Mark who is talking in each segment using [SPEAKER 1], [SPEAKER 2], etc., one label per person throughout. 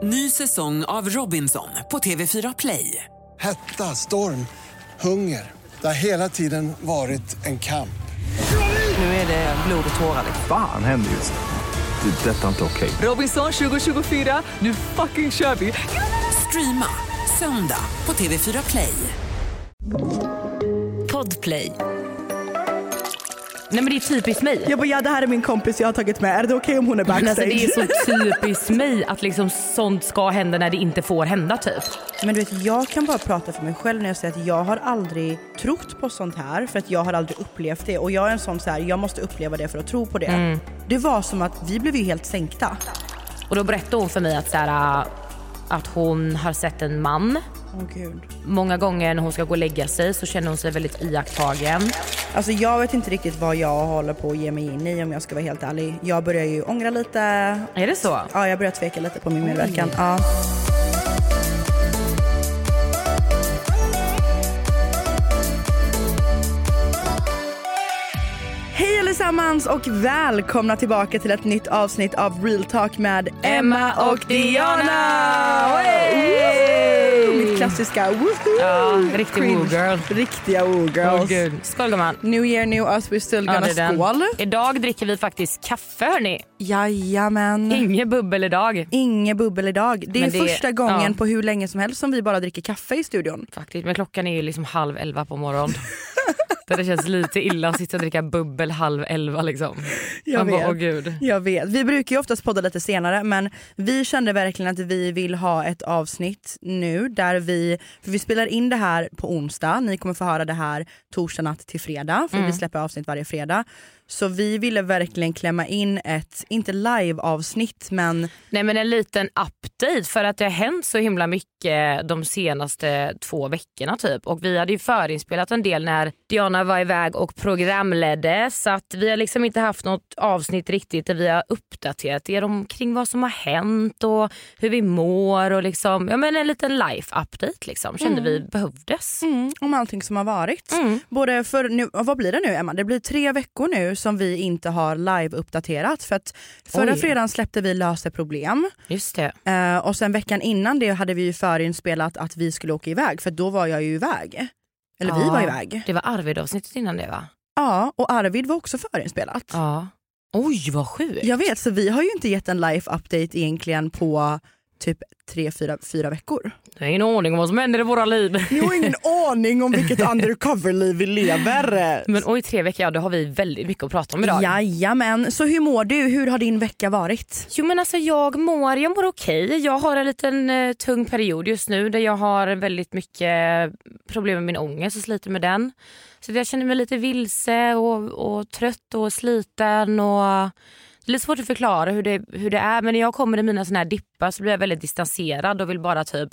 [SPEAKER 1] Ny säsong av Robinson på TV4 Play.
[SPEAKER 2] Hetta, storm, hunger. Det har hela tiden varit en kamp.
[SPEAKER 1] Nu är det blod och tårar.
[SPEAKER 3] Fan händer just nu. Det. Detta är inte okej.
[SPEAKER 1] Robinson 2024, nu fucking kör vi. Streama söndag på TV4 Play.
[SPEAKER 4] Podplay. Nej men det är typiskt mig.
[SPEAKER 5] Jag bara, ja det här är min kompis jag har tagit med. Är det okej om hon är backstage?
[SPEAKER 4] Alltså, det är så typiskt mig att liksom sånt ska hända när det inte får hända typ.
[SPEAKER 5] Men du vet, jag kan bara prata för mig själv när jag säger att jag har aldrig trott på sånt här. För att jag har aldrig upplevt det. Och jag är en sån så här, jag måste uppleva det för att tro på det. Det var som att vi blev ju helt sänkta.
[SPEAKER 4] Och då berättade hon för mig att, så här, att hon har sett en man.
[SPEAKER 5] Gud.
[SPEAKER 4] Många gånger när hon ska gå och lägga sig så känner hon sig väldigt iakttagen.
[SPEAKER 5] Alltså jag vet inte riktigt vad jag håller på att ge mig in i, om jag ska vara helt ärlig. Jag börjar ju ångra lite.
[SPEAKER 4] Är det så?
[SPEAKER 5] Ja, jag börjar tveka lite på min medverkan. Ja. Hej allesammans och välkomna tillbaka till ett nytt avsnitt av Real Talk med Emma och Diana. Mitt klassiska woohoo.
[SPEAKER 4] Ja, riktig woo-girl.
[SPEAKER 5] Riktiga woo-girls.
[SPEAKER 4] Gud. Skål gumman.
[SPEAKER 5] New year, new us, we're still gonna skål.
[SPEAKER 4] Idag dricker vi faktiskt kaffe hörni.
[SPEAKER 5] Jajamän.
[SPEAKER 4] Inget bubbel idag.
[SPEAKER 5] Inget bubbel idag. Det är
[SPEAKER 4] det,
[SPEAKER 5] första gången på hur länge som helst som vi bara dricker kaffe i studion.
[SPEAKER 4] Faktiskt, men klockan är ju liksom 10:30 på morgonen. Det känns lite illa att sitta och dricka bubbel 10:30 liksom.
[SPEAKER 5] Jag vet.
[SPEAKER 4] Åh gud.
[SPEAKER 5] Jag vet. Vi brukar ju oftast podda lite senare, men vi kände verkligen att vi vill ha ett avsnitt nu där för vi spelar in det här på onsdag. Ni kommer få höra det här torsdag natt till fredag, för vi släpper avsnitt varje fredag. Så vi ville verkligen klämma in ett, inte live-avsnitt, men...
[SPEAKER 4] Nej men en liten update, för att det har hänt så himla mycket de senaste 2 veckorna typ. Och vi hade ju förinspelat en del när Diana var iväg och programledde. Så att vi har liksom inte haft något avsnitt riktigt där vi har uppdaterat er omkring vad som har hänt och hur vi mår och liksom, ja men en liten life-update liksom, kände vi behövdes.
[SPEAKER 5] Om allting som har varit. Både för nu, vad blir det nu Emma? Det blir 3 veckor nu som vi inte har live-uppdaterat. För att förra fredagen släppte vi Lösa problem.
[SPEAKER 4] Just det.
[SPEAKER 5] Och sen veckan innan det hade vi ju förinspelat att vi skulle åka iväg. För då var jag ju iväg. Eller vi var iväg.
[SPEAKER 4] Det var Arvid-avsnittet innan det va?
[SPEAKER 5] Ja, och Arvid var också förinspelat.
[SPEAKER 4] Ja. Oj, vad sjukt.
[SPEAKER 5] Jag vet, så vi har ju inte gett en live-update egentligen på typ 3-4 veckor.
[SPEAKER 4] Jag har ingen aning om vad som händer i våra liv.
[SPEAKER 5] Ni har ingen aning om vilket undercover-liv vi lever.
[SPEAKER 4] Men oj, 3 veckor, ja, då har vi väldigt mycket att prata om idag.
[SPEAKER 5] Jajamän, så hur mår du? Hur har din vecka varit?
[SPEAKER 4] Jo men alltså jag mår okej. Jag har en liten tung period just nu där jag har väldigt mycket problem med min ångest och sliter med den. Så jag känner mig lite vilse och trött och sliten och... Det är lite svårt att förklara hur det är, men när jag kommer i mina såna här dippar så blir jag väldigt distanserad och vill bara typ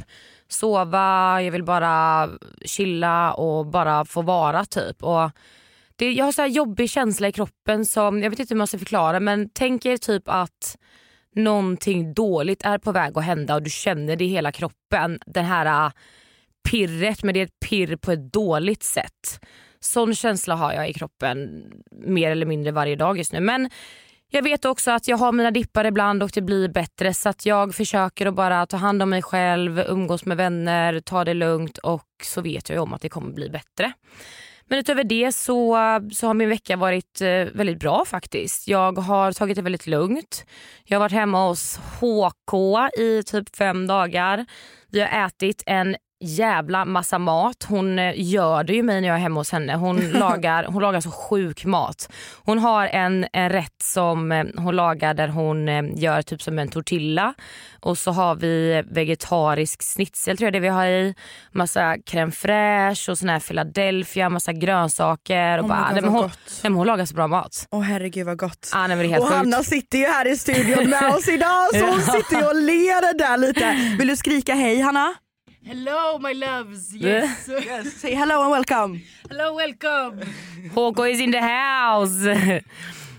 [SPEAKER 4] sova, jag vill bara chilla och bara få vara typ. Och jag har så här jobbig känsla i kroppen som, jag vet inte hur man ska förklara, men tänk er typ att någonting dåligt är på väg att hända och du känner det i hela kroppen. Den här pirret, men det är ett pirr på ett dåligt sätt. Sån känsla har jag i kroppen mer eller mindre varje dag just nu, men jag vet också att jag har mina dippar ibland och det blir bättre, så att jag försöker att bara ta hand om mig själv, umgås med vänner, ta det lugnt, och så vet jag ju om att det kommer bli bättre. Men utöver det så har min vecka varit väldigt bra faktiskt. Jag har tagit det väldigt lugnt. Jag har varit hemma hos HK i typ 5 dagar. Vi har ätit en jävla massa mat. Hon gör det ju mig när jag är hemma hos henne. Hon lagar så sjuk mat. Hon har en rätt som hon lagar där hon gör typ som en tortilla. Och så har vi vegetarisk schnitzel, tror jag det vi har i. Massa crème fraîche och sån här Philadelphia, massa grönsaker. Och hon lagar så bra mat.
[SPEAKER 5] Herregud vad gott.
[SPEAKER 4] Ah, nej, men det är helt
[SPEAKER 5] och
[SPEAKER 4] sjukt.
[SPEAKER 5] Hanna sitter ju här i studion med oss idag, så hon sitter ju och ler där lite. Vill du skrika hej Hanna?
[SPEAKER 6] Hello my loves, yes.
[SPEAKER 5] Yes. Say hello and welcome.
[SPEAKER 6] Hello, welcome.
[SPEAKER 4] HK is in the house.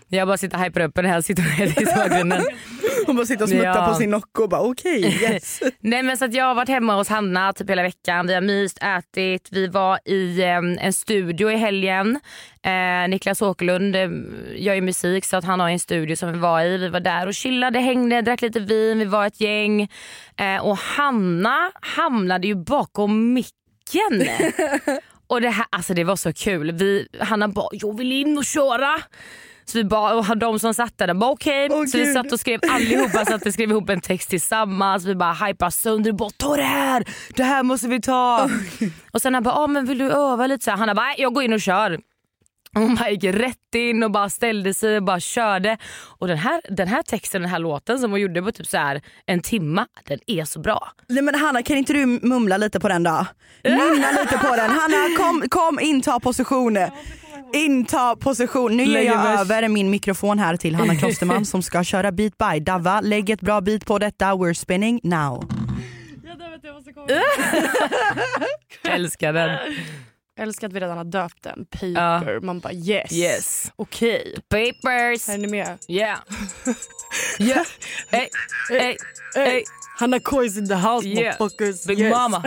[SPEAKER 4] Jag bara sitter och hyper upp den här sitter i bakgrunden.
[SPEAKER 5] Hon bara sitter och smuttar på sin Nocco och bara okej, yes.
[SPEAKER 4] Nej men så att jag har varit hemma hos Hanna typ hela veckan. Vi har myst, ätit. Vi var i en studio i helgen. Niklas Åkerlund gör ju musik så att han har en studio som vi var i. Vi var där och chillade, hängde, drack lite vin. Vi var ett gäng. Och Hanna hamnade ju bakom micken. Och det här, alltså det var så kul. Hanna bara, jag vill in och köra. Så vi bara, och de som satt där bara okej. Så vi satt och skrev allihopa så att vi skrev ihop en text tillsammans. Vi bara hypade sönder, bara ta det här måste vi ta. Och sen han bara, men vill du öva lite så här? Han bara, jag går in och kör. Och hon bara gick rätt in och bara ställde sig och bara körde. Och den här texten, den här låten som hon gjorde på typ så här en timma, den är så bra.
[SPEAKER 5] Nej men Hanna, kan inte du mumla lite på den då? Nynna lite på den. Hanna, kom inta position. Inta position. Nu ger jag över min mikrofon här till Hanna Klosterman som ska köra beat by Dava. Lägg ett bra beat på detta. We're spinning now.
[SPEAKER 6] Jag måste komma.
[SPEAKER 4] Älskar den.
[SPEAKER 6] Jag älskar att vi redan har döpt den. Paper. Man bara yes. Okej.
[SPEAKER 4] Papers.
[SPEAKER 6] Är ni med?
[SPEAKER 4] Yeah. Yeah. Hey.
[SPEAKER 6] Hanna Kois in the house, motherfuckers.
[SPEAKER 4] Big yes. Mama.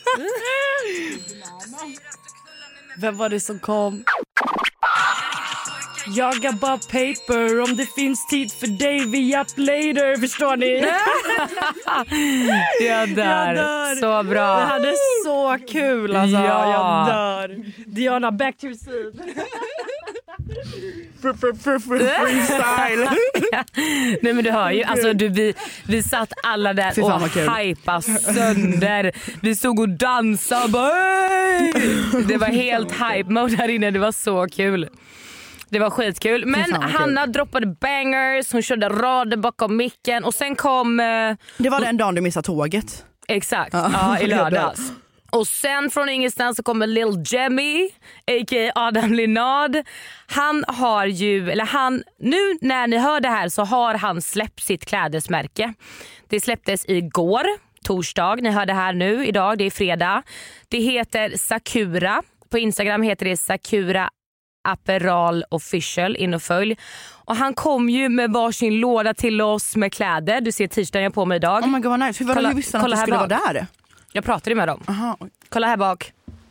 [SPEAKER 6] Vem var det som kom? Jaga bara paper. Om det finns tid för dig, vi up later. Förstår ni?
[SPEAKER 4] Jag dör. Så bra.
[SPEAKER 6] Det här är så kul alltså.
[SPEAKER 4] Ja.
[SPEAKER 6] Jag dör. Diana, back to your seat. Freestyle.
[SPEAKER 4] Nej men du hör ju, alltså vi satt alla där och hypa sönder. Vi stod och dansade bara, det var helt hype mode här inne, det var så kul. Det var skitkul. Men Hanna droppade bangers, hon körde rader bakom micken och sen kom...
[SPEAKER 5] Det var den dagen du missade tåget.
[SPEAKER 4] Exakt, ja, i lördags. Och sen från ingenstans så kommer Lil Jemmy, a.k.a. Adam Linard. Han har ju, nu när ni hör det här så har han släppt sitt klädesmärke. Det släpptes igår, torsdag. Ni hör det här nu, idag, det är fredag. Det heter Sakura. På Instagram heter det Sakura Apparel Official, in och följ. Och han kom ju med varsin låda till oss med kläder. Du ser t-shirten jag på mig idag.
[SPEAKER 5] Oh my god, vad nice. Hur visste han att du skulle vara där?
[SPEAKER 4] Jag pratade med dem.
[SPEAKER 5] Aha.
[SPEAKER 4] Kolla här bak.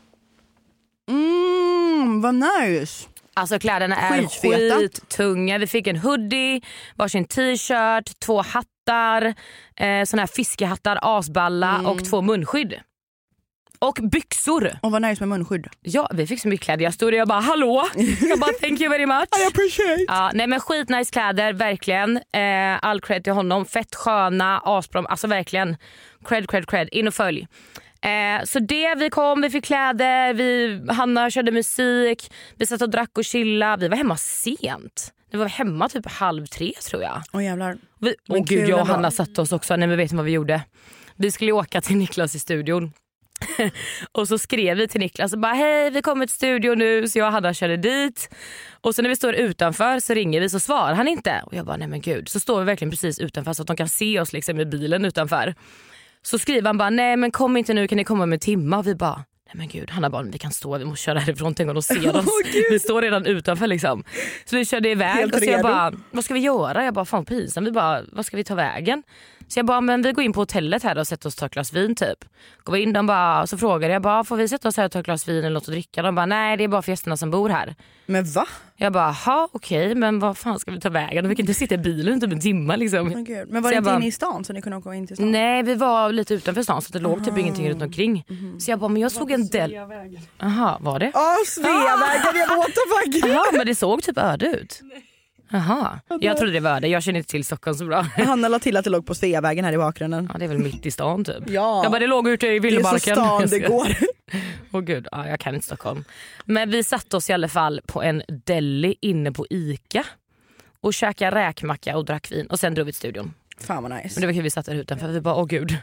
[SPEAKER 5] Vad nice.
[SPEAKER 4] Alltså kläderna är skittunga. Vi fick en hoodie, varsin t-shirt, 2 hattar, såna här fiskehattar, asballa och 2 munskydd. Och byxor. Och
[SPEAKER 5] vad nice med munskydd.
[SPEAKER 4] Ja, vi fick så mycket kläder. Jag stod och jag bara, hallå? Jag bara, thank you very much.
[SPEAKER 5] I appreciate.
[SPEAKER 4] Ja, nej men skitnice kläder, verkligen. All cred till honom. Fett sköna, asbra. Alltså verkligen. Cred. In och följ. Så vi fick kläder. Hanna körde musik. Vi satt och drack och chilla. Vi var hemma sent. Vi var hemma typ 2:30 tror jag.
[SPEAKER 5] Åh jävlar.
[SPEAKER 4] Gud, jag och Hanna satt oss också. Nej men vet ni vad vi gjorde? Vi skulle åka till Niklas i studion. Och så skrev vi till Niklas och bara, hej vi kommer till studion nu. Så jag och Hanna körde dit. Och så när vi står utanför så ringer vi, så svarar han inte. Och jag bara, nej men gud. Så står vi verkligen precis utanför så att de kan se oss liksom i bilen utanför. Så skriver han bara, nej men kom inte nu, kan ni komma med en timme? Och vi bara, nej men gud, Hanna bara, vi kan stå, vi måste köra härifrån, tänk om de ser oss. Vi står redan utanför liksom. Så vi körde iväg. Helt och så jag bara, vad ska vi göra? Jag bara, fan pinsamt. Vi bara, vad ska vi ta vägen? Så jag bara, men vi går in på hotellet här och sätter oss och tar ett glas vin typ. Går vi in, de bara, så frågade jag bara, får vi sätta oss här och ta ett glas vin eller något att dricka? De bara, nej det är bara för gästerna som bor här.
[SPEAKER 5] Men va?
[SPEAKER 4] Jag bara, ha okej, men vad fan ska vi ta vägen? Vi kan inte sitta i bilen typ en timme liksom.
[SPEAKER 5] Men var det inte inne i stan så ni kunde åka in till stan?
[SPEAKER 4] Nej, vi var lite utanför stan så det låg typ ingenting runt omkring. Så jag bara, men jag såg en del. Aha, var det?
[SPEAKER 5] Sveavägen, jag what the fuck?
[SPEAKER 4] Ja, men det såg typ öde ut. Jaha, jag trodde det var det. Jag känner inte till Stockholm så bra.
[SPEAKER 5] Hanna la till att det låg på Sveavägen här i bakgrunden.
[SPEAKER 4] Ja, det är väl mitt i stan typ.
[SPEAKER 5] Ja.
[SPEAKER 4] Jag bara, det låg ute i Villemarken.
[SPEAKER 5] Det är så stan det går.
[SPEAKER 4] Åh gud, ja, jag kan inte Stockholm. Men vi satt oss i alla fall på en deli inne på Ica. Och käkade räkmacka och drack vin. Och sen drog vi till studion.
[SPEAKER 5] Fan vad nice.
[SPEAKER 4] Men det var kul, vi satt där utanför. Vi bara, åh gud.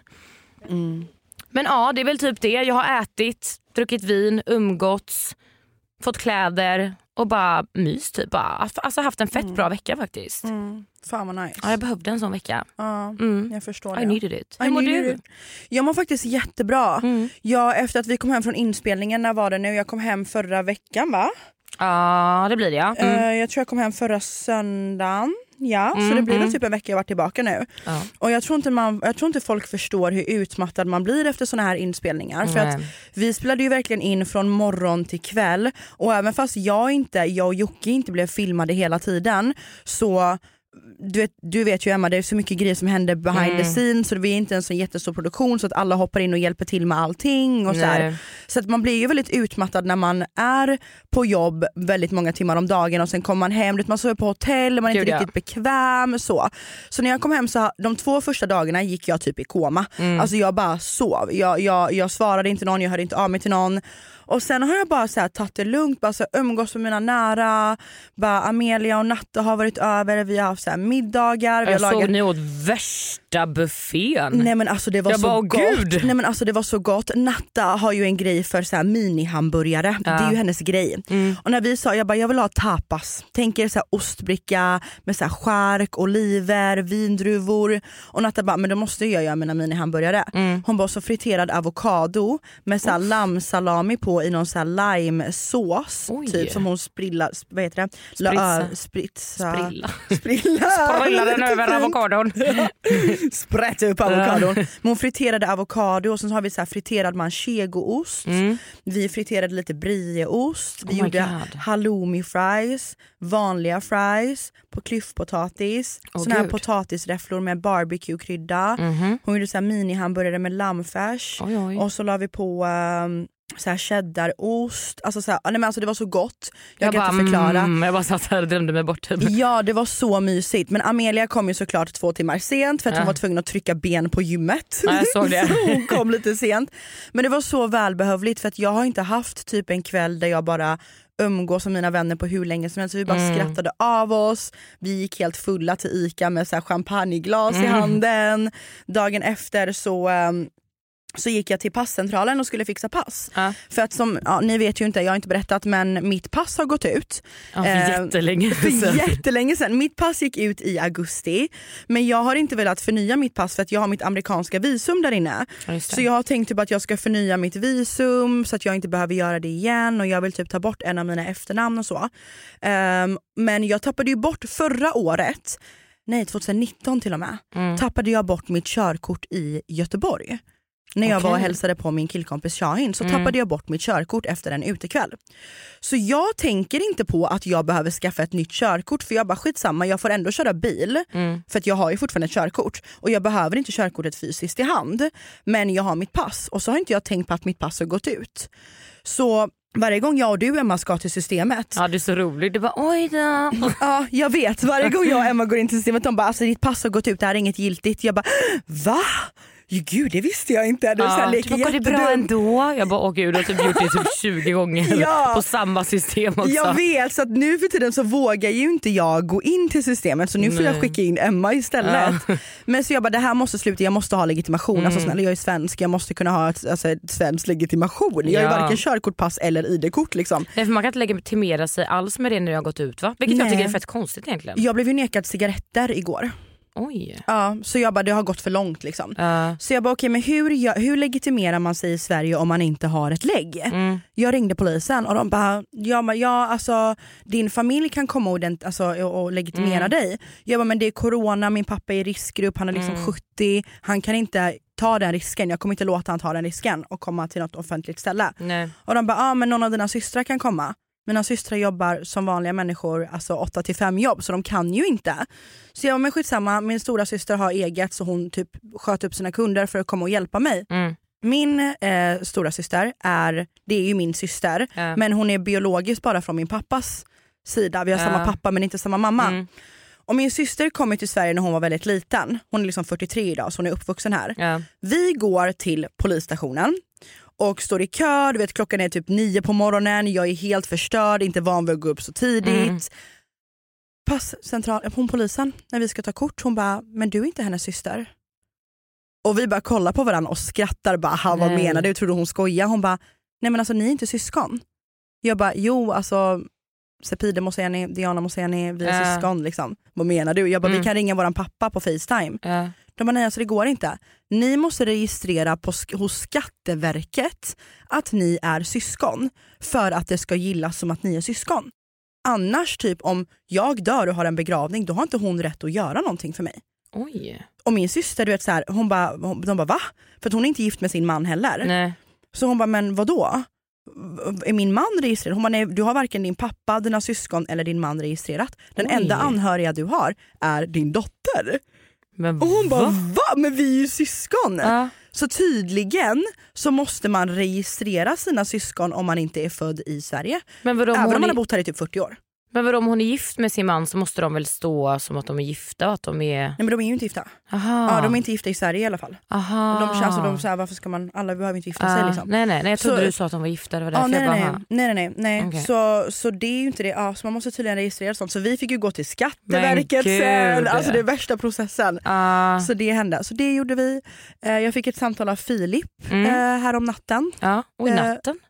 [SPEAKER 4] Men ja, det är väl typ det. Jag har ätit, druckit vin, umgåtts, fått kläder och bara mys typ. Alltså haft en fett bra vecka faktiskt.
[SPEAKER 5] Fan vad nice.
[SPEAKER 4] Ja, jag behövde en sån vecka.
[SPEAKER 5] Ja, jag förstår det.
[SPEAKER 4] I needed it. Hur mår du?
[SPEAKER 5] Jag mår faktiskt jättebra. Jag, efter att vi kom hem från inspelningen, när var det nu? Jag kom hem förra veckan va?
[SPEAKER 4] Ja, det blir det, ja.
[SPEAKER 5] Jag tror jag kom hem förra söndagen. Ja, så det blir väl typ en vecka jag varit tillbaka nu. Ja. Och jag tror inte folk förstår hur utmattad man blir efter såna här inspelningar. För att vi spelade ju verkligen in från morgon till kväll. Och även fast jag och Jocke inte blev filmade hela tiden, så du vet ju Emma, det är så mycket grejer som händer behind the scenes, så vi är inte en så jättestor produktion så att alla hoppar in och hjälper till med allting och så här. Så att man blir ju väldigt utmattad när man är på jobb väldigt många timmar om dagen och sen kommer man hem, man sover på hotell, man är inte riktigt bekväm så när jag kom hem så de 2 första dagarna gick jag typ i koma. Alltså jag bara sov, jag svarade inte någon, jag hörde inte av mig till någon. Och sen har jag bara så här tagit det lugnt, bara så umgås med mina nära, bara Amelia och Natta har varit över, vi har haft så här middagar.
[SPEAKER 4] Jag såg ni åt värsta buffén.
[SPEAKER 5] Nej men alltså det var så gott. Gud. Nej men alltså det var så gott. Natta har ju en grej för så här mini-hamburgare, det är ju hennes grej. Och när vi sa, jag vill ha tapas, tänker så här ostbricka med så här skärk, oliver, vindruvor. Och Natta bara, men då måste jag göra mina mini-hamburgare. Hon bara, så friterad avokado med så här lammsalami på i någon sån här lime-sås typ som hon sprilla, vad heter det?
[SPEAKER 4] Sprilla den över avokadon.
[SPEAKER 5] Sprätta upp avokadon. Hon friterade avokado och sen så har vi så här friterad manchegoost. Vi friterade lite brieost. Vi gjorde halloumi fries, vanliga fries på klyftpotatis, såna här potatisräfflor med barbecue-krydda. Hon gjorde så här mini-hamburgare med lammfärs. Och så la vi på så här cheddarost, alltså så här, nej men alltså det var så gott. Jag kan inte förklara.
[SPEAKER 4] Jag bara satt här och drömde mig bort typ.
[SPEAKER 5] Ja, det var så mysigt. Men Amelia kom ju såklart 2 timmar sent för att hon var tvungen att trycka ben på gymmet.
[SPEAKER 4] Ja, jag såg det.
[SPEAKER 5] Så hon kom lite sent. Men det var så välbehövligt för att jag har inte haft typ en kväll där jag bara umgås med mina vänner på hur länge som helst. Så vi bara skrattade av oss. Vi gick helt fulla till Ica med så här champagneglas i handen. Dagen efter så gick jag till passcentralen och skulle fixa pass. För att ni vet ju inte, jag har inte berättat, men mitt pass har gått ut.
[SPEAKER 4] För
[SPEAKER 5] jättelänge sedan. Mitt pass gick ut i augusti. Men jag har inte velat förnya mitt pass för att jag har mitt amerikanska visum där inne. Så jag har tänkt typ att jag ska förnya mitt visum så att jag inte behöver göra det igen. Och jag vill typ ta bort en av mina efternamn och så. Men jag tappade ju bort förra året. Nej, 2019 till och med. Tappade jag bort mitt körkort i Göteborg. När jag var och hälsade på min killkompis Shahin så tappade jag bort mitt körkort efter en utekväll. Så jag tänker inte på att jag behöver skaffa ett nytt körkort, för jag bara skitsamma, jag får ändå köra bil för att jag har ju fortfarande ett körkort och jag behöver inte körkortet fysiskt i hand, men jag har mitt pass och så har inte jag tänkt på att mitt pass har gått ut. Så varje gång jag och du, Emma, ska till systemet.
[SPEAKER 4] Ja, det är så roligt. Det bara, oj då.
[SPEAKER 5] Ja, jag vet. Varje gång jag och Emma går in till systemet, de bara, alltså ditt pass har gått ut, det här är inget giltigt. Jag bara, va? Gud, det visste jag inte. Det
[SPEAKER 4] går det bra ändå? Jag bara, åh gud, jag har typ gjort det typ 20 gånger på samma system också.
[SPEAKER 5] Jag vet, så att nu för tiden så vågar ju inte jag gå in till systemet, så nu får jag skicka in Emma istället. Men så jag bara, det här måste sluta, jag måste ha legitimation. Alltså snälla, jag är svensk, jag måste kunna ha ett svensk legitimation. Jag är varken körkortpass eller ID-kort liksom.
[SPEAKER 4] Nej, för man kan inte legitimera sig alls med det när jag har gått ut, va? Vilket jag tycker är fett konstigt egentligen.
[SPEAKER 5] Jag blev ju nekad cigaretter igår.
[SPEAKER 4] Oj.
[SPEAKER 5] Ja, så jag bara, det har gått för långt liksom. Så jag bara, okej, men hur legitimerar man sig i Sverige om man inte har ett lägg? Jag ringde polisen och de bara, alltså din familj kan komma och legitimera dig. Jag bara, men det är corona, min pappa är i riskgrupp, han är liksom 70, han kan inte ta den risken, jag kommer inte låta han ta den risken och komma till något offentligt ställe. Nej. Och de bara, men någon av dina systrar kan komma. Mina systrar jobbar som vanliga människor, alltså 8-5 jobb, så de kan ju inte. Så jag var med skitsamma, min stora syster har eget, så hon typ sköt upp sina kunder för att komma och hjälpa mig. Min stora syster det är ju min syster, men hon är biologiskt bara från min pappas sida. Vi har samma pappa men inte samma mamma. Och min syster kom till Sverige när hon var väldigt liten. Hon är liksom 43 idag, så hon är uppvuxen här. Vi går till polisstationen och står i kö, du vet, klockan är typ 9 på morgonen, jag är helt förstörd, inte van vid att gå upp så tidigt. Polisen, när vi ska ta kort, hon bara, men du är inte hennes syster. Och vi bara kollar på varandra och skrattar, bara, vad menar du? Trodde hon skojar? Hon bara, nej men alltså ni är inte syskon. Jag bara, jo alltså Sepide Moseni, Diana Moseni, vi är syskon liksom. Vad menar du? Jag bara, vi kan ringa våran pappa på FaceTime. De bara nej, alltså det går inte. Ni måste registrera hos Skatteverket att ni är syskon för att det ska gillas som att ni är syskon. Annars typ om jag dör och har en begravning, då har inte hon rätt att göra någonting för mig.
[SPEAKER 4] Oj.
[SPEAKER 5] Och min syster, du vet så här, de bara va? För att hon är inte gift med sin man heller.
[SPEAKER 4] Nej.
[SPEAKER 5] Så hon bara, men vadå? Är min man registrerad? Hon bara, nej, du har varken din pappa, dina syskon eller din man registrerat. Den enda anhöriga du har är din dotter.
[SPEAKER 4] Men
[SPEAKER 5] och hon bara, va? Men vi är ju syskon. Så tydligen så måste man registrera sina syskon om man inte är född i Sverige.
[SPEAKER 4] Men
[SPEAKER 5] även om man har bott här i typ 40 år.
[SPEAKER 4] Men vadå, om hon är gift med sin man så måste de väl stå som att de är gifta? Att de är...
[SPEAKER 5] Nej, men de är ju inte gifta.
[SPEAKER 4] Aha.
[SPEAKER 5] Ja, de är inte gifta i Sverige i alla fall.
[SPEAKER 4] Aha.
[SPEAKER 5] De så här, varför ska man, alla behöver inte gifta sig liksom.
[SPEAKER 4] Nej, jag trodde du sa att de var gifta. Det var
[SPEAKER 5] nej. Okay. Så det är ju inte det. Ja, så man måste tydligen registrera sånt. Så vi fick ju gå till Skatteverket sen. Alltså det är värsta processen. Så det hände. Så det gjorde vi. Jag fick ett samtal av Filip här om natten.
[SPEAKER 4] Ja, och i natten?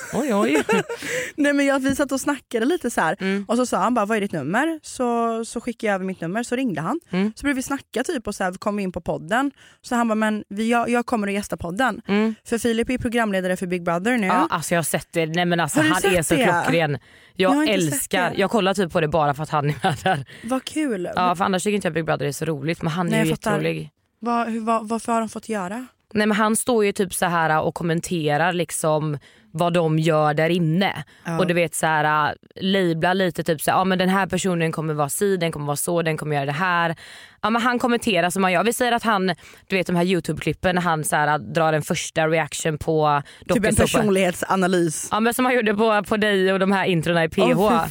[SPEAKER 4] Oj.
[SPEAKER 5] Nej, men vi satt och snackade lite så här. Och så sa han bara, vad är ditt nummer? Så skickade jag över mitt nummer, så ringde han. Så började vi snacka typ och så här, kom vi in på podden. Så han bara, men jag kommer att gästa podden. För Filip är programledare för Big Brother nu.
[SPEAKER 4] Ja, alltså jag har sett det. Nej men alltså han är så klockren. Jag älskar, jag kollar typ på det bara för att han är med där.
[SPEAKER 5] Vad kul.
[SPEAKER 4] Ja, för annars tycker inte jag Big Brother är så roligt. Men han är ju jätterolig.
[SPEAKER 5] Varför har de fått göra?
[SPEAKER 4] Nej men han står ju typ så här och kommenterar liksom vad de gör där inne. Och du vet så här labla lite typ så här, ja men den här personen kommer vara si, den kommer vara så, den kommer göra det här. Ja men han kommenterar som man gör. Vi säger att han, du vet de här YouTube-klippen när han så här drar en första reaction på
[SPEAKER 5] typ en personlighetsanalys.
[SPEAKER 4] Ja men som han gjorde på dig och de här introna i PH.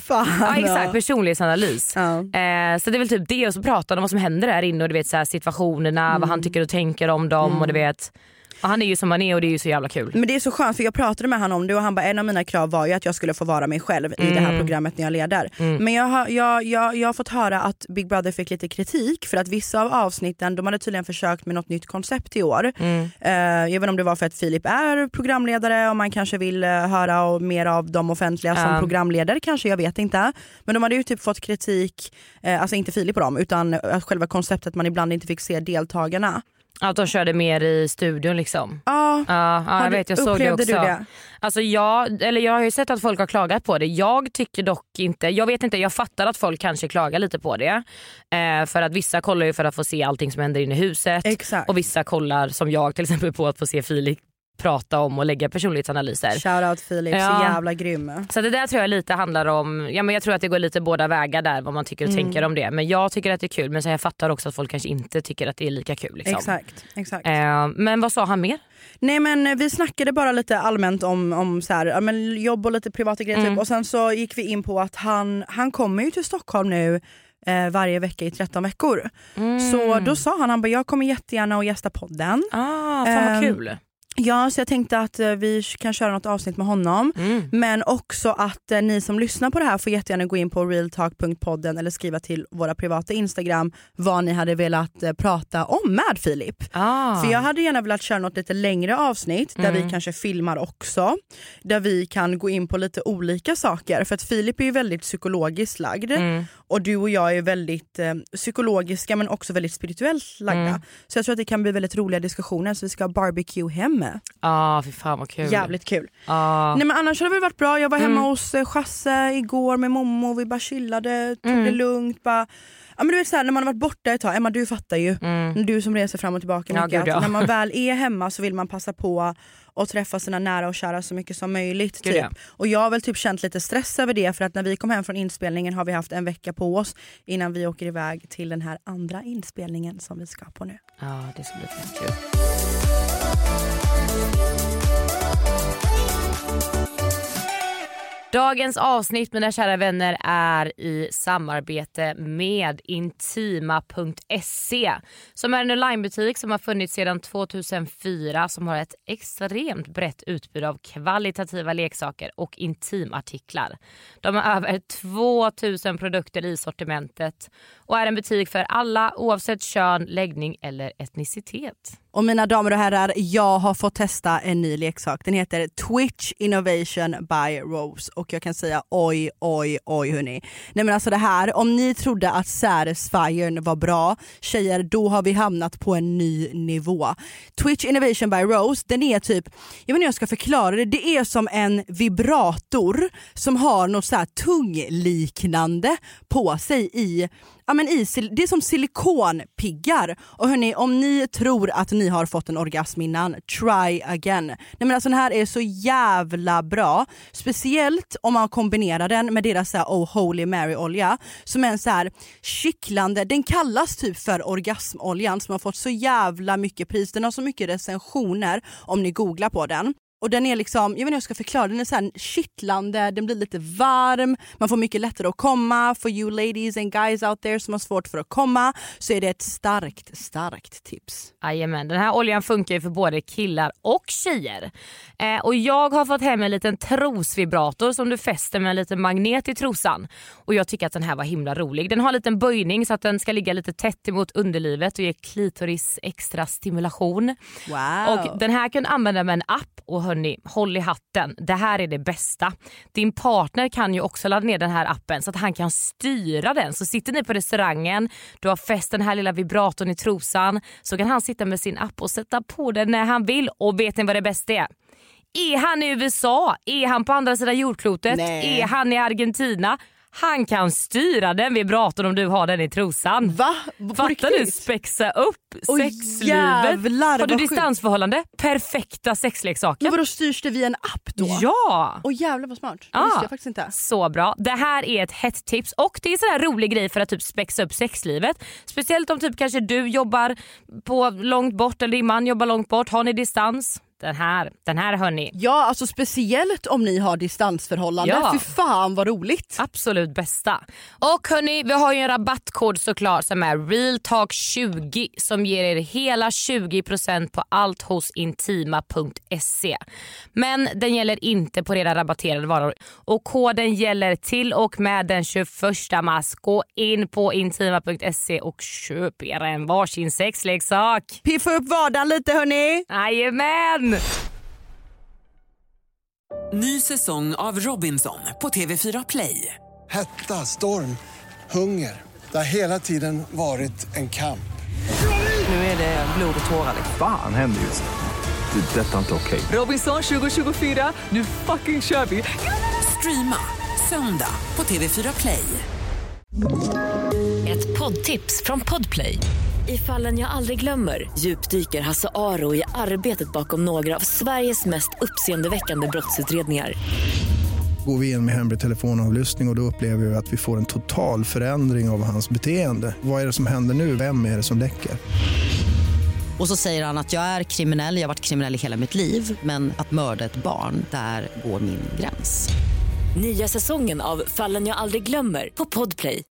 [SPEAKER 4] Ja exakt, personlighetsanalys. Så det är väl typ det, och så pratar de om vad som händer där inne och du vet så här situationerna, vad han tycker och tänker om dem och du vet. Och han är ju som han är och det är ju så jävla kul.
[SPEAKER 5] Men det är så skönt för jag pratade med han om det och han bara, en av mina krav var ju att jag skulle få vara mig själv i det här programmet när jag leder. Men jag har fått höra att Big Brother fick lite kritik för att vissa av avsnitten, de hade tydligen försökt med något nytt koncept i år. Jag vet inte om det var för att Filip är programledare och man kanske vill höra mer av de offentliga som programledare kanske, jag vet inte. Men de hade ju typ fått kritik, alltså inte Filip på dem utan att själva konceptet man ibland inte fick se deltagarna.
[SPEAKER 4] Att de körde mer i studion liksom.
[SPEAKER 5] Ja,
[SPEAKER 4] jag vet, jag såg det också. Du det? Alltså jag har ju sett att folk har klagat på det. Jag tycker dock inte, jag vet inte, jag fattar att folk kanske klagar lite på det. För att vissa kollar ju för att få se allting som händer inne i huset.
[SPEAKER 5] Exakt.
[SPEAKER 4] Och vissa kollar som jag till exempel på att få se Filip prata om och lägga personlighetsanalyser.
[SPEAKER 5] Shoutout Filip, så jävla grym.
[SPEAKER 4] Så det där tror jag lite handlar om, ja men jag tror att det går lite båda vägar där vad man tycker och tänker om det. Men jag tycker att det är kul, men så jag fattar också att folk kanske inte tycker att det är lika kul liksom.
[SPEAKER 5] Exakt.
[SPEAKER 4] Men vad sa han mer?
[SPEAKER 5] Nej men vi snackade bara lite allmänt om så här, men jobb och lite privata grejer typ. Och sen så gick vi in på att han kommer ju till Stockholm nu varje vecka i 13 veckor. Så då sa han bara, jag kommer jättegärna att gästa podden.
[SPEAKER 4] Fan vad kul.
[SPEAKER 5] Ja, så jag tänkte att vi kan köra något avsnitt med honom. Men också att ni som lyssnar på det här får jättegärna gå in på realtalk.podden eller skriva till våra privata Instagram vad ni hade velat prata om med Filip. För jag hade gärna velat köra något lite längre avsnitt där vi kanske filmar också. Där vi kan gå in på lite olika saker. För att Filip är ju väldigt psykologiskt lagd. Och du och jag är väldigt psykologiska men också väldigt spirituellt lagda. Så jag tror att det kan bli väldigt roliga diskussioner. Så vi ska ha barbecue hemma.
[SPEAKER 4] Fy fan vad kul.
[SPEAKER 5] Jävligt kul. Nej men annars har det väl varit bra. Jag var hemma hos Chasse igår med mommo. Vi bara chillade, tog det lugnt. Bara... Ja, men du vet så här, när man har varit borta ett tag, Emma du fattar ju. Du som reser fram och tillbaka mycket, när man väl är hemma så vill man passa på och träffa sina nära och kära så mycket som möjligt typ. Och jag har väl typ känt lite stress över det, för att när vi kom hem från inspelningen har vi haft en vecka på oss innan vi åker iväg till den här andra inspelningen som vi ska på nu.
[SPEAKER 4] Ja, det ska bli kul. Dagens avsnitt, mina kära vänner, är i samarbete med Intima.se som är en onlinebutik som har funnits sedan 2004 som har ett extremt brett utbud av kvalitativa leksaker och intimartiklar. De har över 2000 produkter i sortimentet och är en butik för alla oavsett kön, läggning eller etnicitet.
[SPEAKER 5] Och mina damer och herrar, jag har fått testa en ny leksak. Den heter Twitch Innovation by Rose. Och jag kan säga oj hörni. Nej men alltså det här, om ni trodde att Satisfyer var bra, tjejer, då har vi hamnat på en ny nivå. Twitch Innovation by Rose, den är typ, jag vet inte hur jag ska förklara det. Det är som en vibrator som har något så här tungliknande på sig i. Ja, men det är som silikonpiggar. Och hörni, om ni tror att ni har fått en orgasm innan, try again. Nej men alltså den här är så jävla bra. Speciellt om man kombinerar den med deras så här, Oh Holy Mary-olja. Som är en så här kittlande, den kallas typ för orgasmoljan som har fått så jävla mycket pris. Den har så mycket recensioner om ni googlar på den. Och den är liksom, jag vet inte hur jag ska förklara, den är så här kittlande, den blir lite varm, man får mycket lättare att komma. For you ladies and guys out there som har svårt för att komma, så är det ett starkt tips.
[SPEAKER 4] Jajamän, den här oljan funkar ju för både killar och tjejer. Och jag har fått hem en liten trosvibrator som du fäster med en liten magnet i trosan. Och jag tycker att den här var himla rolig. Den har en liten böjning så att den ska ligga lite tätt emot underlivet och ge klitoris extra stimulation.
[SPEAKER 5] Wow.
[SPEAKER 4] Och den här kan använda med en app. Och hörni, håll i hatten. Det här är det bästa. Din partner kan ju också ladda ner den här appen så att han kan styra den. Så sitter ni på restaurangen, du har fäst den här lilla vibratorn i trosan, så kan han sitta med sin app och sätta på den när han vill. Och vet ni vad det bästa är? Är han i USA? Är han på andra sidan jordklotet?
[SPEAKER 5] Nej.
[SPEAKER 4] Är han i Argentina? Han kan styra den vibratorn om du har den i trosan.
[SPEAKER 5] Va?
[SPEAKER 4] Fattar du? Spexa upp sexlivet.
[SPEAKER 5] Jävlar,
[SPEAKER 4] har du distansförhållande? Perfekta sexleksaker.
[SPEAKER 5] Men vadå, styrs det via en app då?
[SPEAKER 4] Ja.
[SPEAKER 5] Jävlar vad smart. Det visste jag faktiskt inte.
[SPEAKER 4] Så bra. Det här är ett hett tips. Och det är så här rolig grej för att typ spexa upp sexlivet. Speciellt om typ kanske du jobbar på långt bort eller din man jobbar långt bort. Har ni distans? Den här hörni.
[SPEAKER 5] Ja, alltså speciellt om ni har distansförhållande.
[SPEAKER 4] Ja.
[SPEAKER 5] Fy fan vad roligt.
[SPEAKER 4] Absolut bästa. Och hörni, vi har ju en rabattkod såklart som är RealTalk20 som ger er hela 20% på allt hos intima.se. Men den gäller inte på redan rabatterade varor. Och koden gäller till och med den 21 mars. Gå in på intima.se och köp er en varsin sexleksak.
[SPEAKER 5] Piffa upp vardagen lite hörni.
[SPEAKER 4] Jajamän!
[SPEAKER 1] Ny säsong av Robinson på TV4 Play.
[SPEAKER 2] Hetta, storm, hunger. Det har hela tiden varit en kamp.
[SPEAKER 1] Nu är det blod och tårar.
[SPEAKER 3] Fan händer just det. Det är detta inte okej.
[SPEAKER 1] Robinson 2024, nu fucking kör vi. Streama söndag på TV4 Play.
[SPEAKER 7] Ett poddtips från Podplay. I Fallen jag aldrig glömmer djupdyker Hasse Aro i arbetet bakom några av Sveriges mest uppseendeväckande brottsutredningar.
[SPEAKER 8] Går vi in med hemlig telefonavlyssning och då upplever vi att vi får en total förändring av hans beteende. Vad är det som händer nu? Vem är det som läcker?
[SPEAKER 9] Och så säger han att jag är kriminell, jag har varit kriminell i hela mitt liv. Men att mörda ett barn, där går min gräns.
[SPEAKER 7] Nya säsongen av Fallen jag aldrig glömmer på Podplay.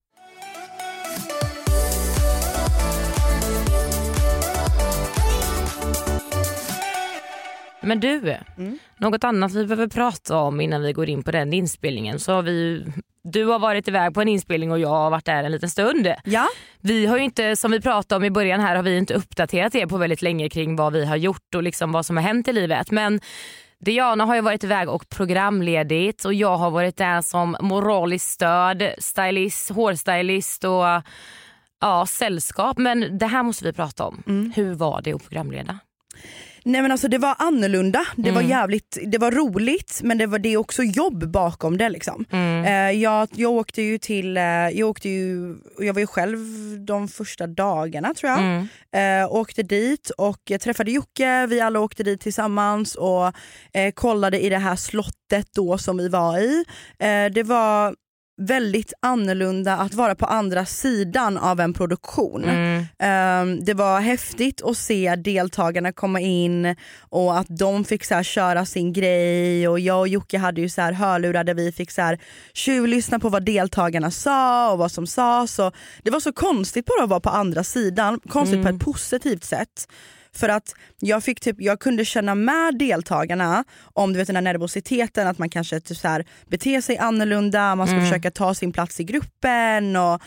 [SPEAKER 4] Men du, något annat vi behöver prata om innan vi går in på den inspelningen. Så har du har varit iväg på en inspelning och jag har varit där en liten stund.
[SPEAKER 5] Ja.
[SPEAKER 4] Vi har ju inte, som vi pratade om i början här, har vi inte uppdaterat er på väldigt länge kring vad vi har gjort och liksom vad som har hänt i livet. Men Diana har ju varit iväg och programledigt och jag har varit där som moraliskt stöd, stylist, hårstylist och sällskap. Men det här måste vi prata om. Hur var det att programleda?
[SPEAKER 5] Nej men alltså det var annorlunda, det var jävligt, det var roligt men det är också jobb bakom det liksom. Jag åkte ju till, jag var ju själv de första dagarna tror jag. Åkte dit och träffade Jocke, vi alla åkte dit tillsammans och kollade i det här slottet då som vi var i. Det var väldigt annorlunda att vara på andra sidan av en produktion. Det var häftigt att se deltagarna komma in och att de fick så här köra sin grej och jag och Jocke hade ju så här hörlurar där vi fick så här tjuvlyssna på vad deltagarna sa och vad som sa. Så det var så konstigt bara att vara på andra sidan, konstigt på ett positivt sätt. För att jag kunde känna med deltagarna om du vet den här nervositeten, att man kanske typ så här beter sig annorlunda, man ska försöka ta sin plats i gruppen och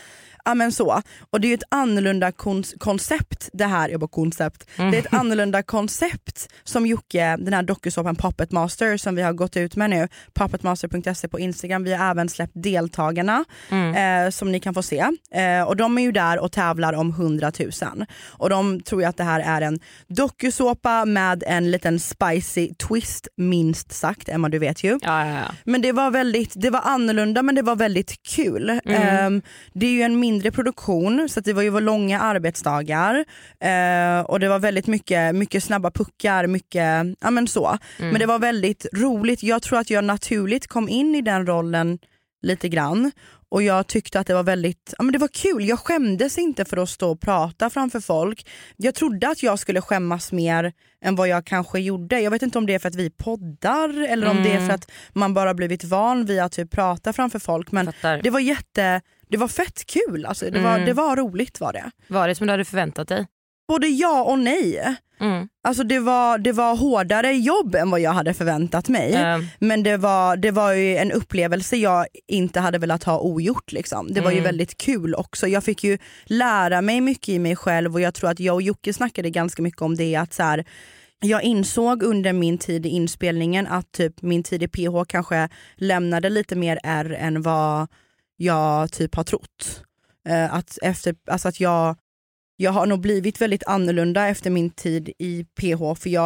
[SPEAKER 5] Ja men så. Och det är ju ett annorlunda koncept det här. Jag bara koncept. Det är ett annorlunda koncept som Jocke, den här dokusåpan Puppet Master som vi har gått ut med nu. Puppetmaster.se på Instagram. Vi har även släppt deltagarna som ni kan få se. Och de är ju där och tävlar om 100 000. Och de tror ju att det här är en dokusåpa med en liten spicy twist minst sagt. Emma, du vet ju.
[SPEAKER 4] Ja.
[SPEAKER 5] Men det var annorlunda men det var väldigt kul. Det är ju en mindre produktion så att det var ju långa arbetsdagar och det var väldigt mycket snabba puckar, mycket, ja men så. Men det var väldigt roligt. Jag tror att jag naturligt kom in i den rollen lite grann. Och jag tyckte att det var väldigt, ja men det var kul. Jag skämdes inte för att stå och prata framför folk. Jag trodde att jag skulle skämmas mer än vad jag kanske gjorde. Jag vet inte om det är för att vi poddar eller om det är för att man bara blivit van vid att typ prata framför folk. Men det var fett kul. Alltså, det var roligt var det.
[SPEAKER 4] Var det som du hade förväntat dig?
[SPEAKER 5] Både ja och nej. Alltså det var hårdare jobb än vad jag hade förväntat mig. Men det var ju en upplevelse jag inte hade velat ha ogjort liksom. Det var ju väldigt kul också. Jag fick ju lära mig mycket i mig själv och jag tror att jag och Jocke snackade ganska mycket om det, att så här, jag insåg under min tid i inspelningen att typ min tid i PH kanske lämnade lite mer ärr än vad jag typ har trott. Att jag har nog blivit väldigt annorlunda efter min tid i PH, för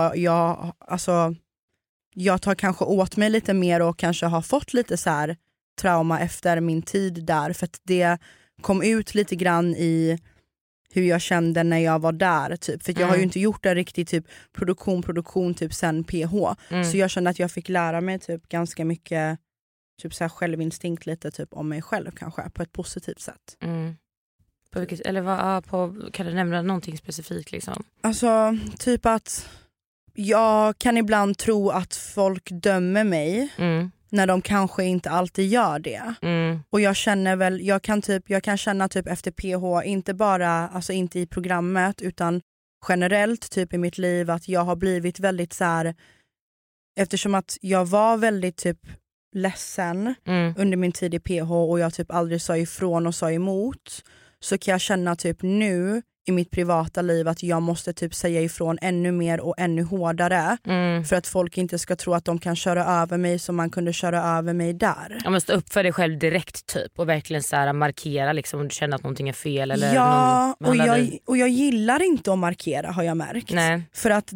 [SPEAKER 5] jag tar kanske åt mig lite mer och kanske har fått lite så här trauma efter min tid där, för att det kom ut lite grann i hur jag kände när jag var där typ, för jag har ju inte gjort en riktig typ produktion typ sen PH, så jag kände att jag fick lära mig typ ganska mycket typ så här självinstinkt lite typ om mig själv kanske på ett positivt sätt.
[SPEAKER 4] På vilket, eller kan du nämna någonting specifikt liksom?
[SPEAKER 5] Alltså typ att jag kan ibland tro att folk dömer mig när de kanske inte alltid gör det. Och jag känner väl, jag kan känna typ efter PH, inte bara, alltså inte i programmet utan generellt typ i mitt liv, att jag har blivit väldigt så här, eftersom att jag var väldigt typ ledsen under min tid i PH och jag typ aldrig sa ifrån och sa emot, så kan jag känna typ nu i mitt privata liv att jag måste typ säga ifrån ännu mer och ännu hårdare för att folk inte ska tro att de kan köra över mig som man kunde köra över mig där.
[SPEAKER 4] Jag måste upp för dig själv direkt typ och verkligen så här markera liksom om du känner att någonting är fel eller
[SPEAKER 5] och jag gillar inte att markera, har jag märkt.
[SPEAKER 4] Nej.
[SPEAKER 5] För att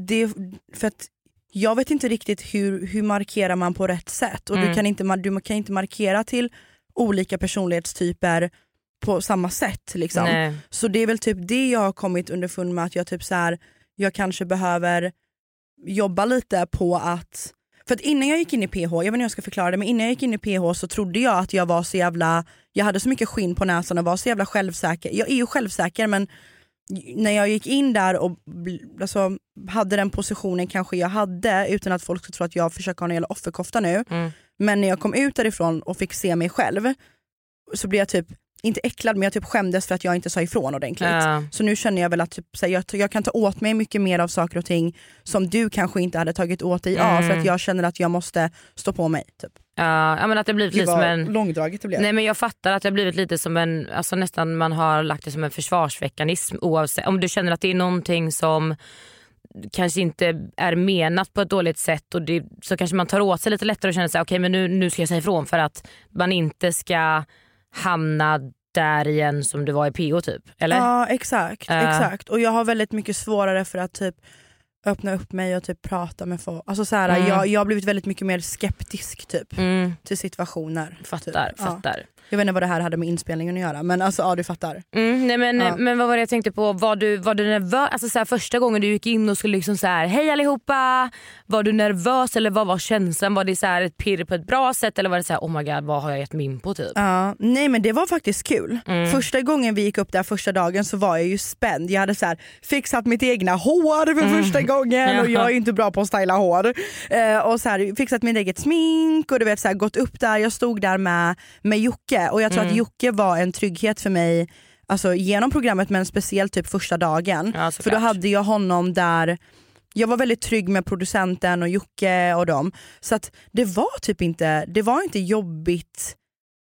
[SPEAKER 5] jag vet inte riktigt hur markerar man på rätt sätt, och du kan inte markera till olika personlighetstyper på samma sätt liksom. Nej. Så det är väl typ det jag har kommit underfund med, att jag typ så här, jag kanske behöver jobba lite på att, för att innan jag gick in i PH, jag vet inte hur jag ska förklara det, men innan jag gick in i PH så trodde jag att jag var så jävla, jag hade så mycket skinn på näsan och var så jävla självsäker. Jag är ju självsäker, men när jag gick in där och alltså, hade den positionen kanske jag hade, utan att folk skulle tro att jag försöker ha en jävla offerkofta nu, men när jag kom ut därifrån och fick se mig själv så blev jag typ inte äcklad, men jag typ skämdes för att jag inte sa ifrån ordentligt. Så nu känner jag väl att typ, så jag kan ta åt mig mycket mer av saker och ting som du kanske inte hade tagit åt dig av, för att jag känner att jag måste stå på mig typ.
[SPEAKER 4] Ja, men att det blivit lite som en
[SPEAKER 5] långdraget det blev.
[SPEAKER 4] Nej, men jag fattar att det har blivit lite som en, alltså nästan man har lagt det som en försvarsmekanism, oavsett om du känner att det är någonting som kanske inte är menat på ett dåligt sätt, och så kanske man tar åt sig lite lättare och känner sig okej, men nu ska jag säga ifrån för att man inte ska hamna där igen som du var i PO typ, eller?
[SPEAKER 5] Ja, exakt. Och jag har väldigt mycket svårare för att typ öppna upp mig och typ prata med folk. Alltså så här, jag har blivit väldigt mycket mer skeptisk typ till situationer.
[SPEAKER 4] Fattar.
[SPEAKER 5] Jag vet inte vad det här hade med inspelningen att göra, men alltså ja, du fattar.
[SPEAKER 4] Nej, men vad var det jag tänkte på? Var du nervös? Alltså så här, första gången du gick in och skulle liksom så här, hej allihopa, var du nervös eller vad var känslan? Var det så här ett pirr på ett bra sätt, eller var det så här, oh my god, vad har jag gett mig in på typ?
[SPEAKER 5] Nej, men det var faktiskt kul. Första gången vi gick upp där första dagen så var jag ju spänd. Jag hade så här fixat mitt egna hår för första gången och jag är inte bra på att styla hår. Och så här fixat min eget smink och du vet så här, gått upp där. Jag stod där med Jocke, och jag tror att Jocke var en trygghet för mig, alltså genom programmet, men speciellt typ första dagen.
[SPEAKER 4] Ja,
[SPEAKER 5] för då hade jag honom där. Jag var väldigt trygg med producenten och Jocke och dem. Så att det var typ inte jobbigt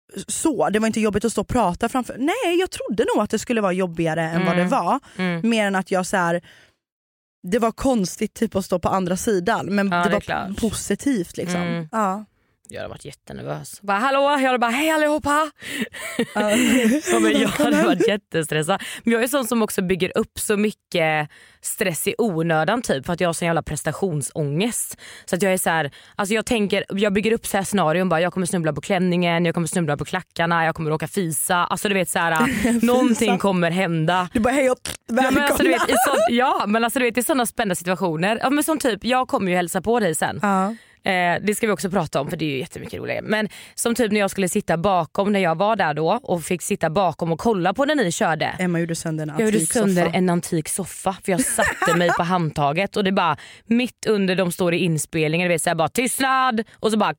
[SPEAKER 5] så. Det var inte jobbigt att stå och prata framför. Nej, jag trodde nog att det skulle vara jobbigare än vad det var. Mer än att jag så här, det var konstigt typ att stå på andra sidan. Men det var klart. Positivt liksom. Ja.
[SPEAKER 4] Jag hade varit jättenervös. Bara, hallå, jag hade bara, hej allihopa. Men jag hade varit jättestressad. Men jag är sån som också bygger upp så mycket stress i onödan typ. För att jag har sån jävla prestationsångest. Så att jag är så här, alltså jag bygger upp så här scenarion. Bara, jag kommer snubbla på klänningen, jag kommer snubbla på klackarna, jag kommer råka fisa. Alltså du vet så här, någonting kommer hända.
[SPEAKER 5] Du bara, hej och välkomna.
[SPEAKER 4] Men alltså, du vet, i sådana spända situationer. Ja, men som typ, jag kommer ju hälsa på dig sen. Det ska vi också prata om för det är ju jättemycket roligare. Men som typ när jag skulle sitta bakom, när jag var där då och fick sitta bakom och kolla på när ni körde.
[SPEAKER 5] Emma gjorde sönder
[SPEAKER 4] en antik soffa. För jag satte mig på handtaget och det bara mitt under de står i inspelningen, det vet så här, bara tystnad och så bara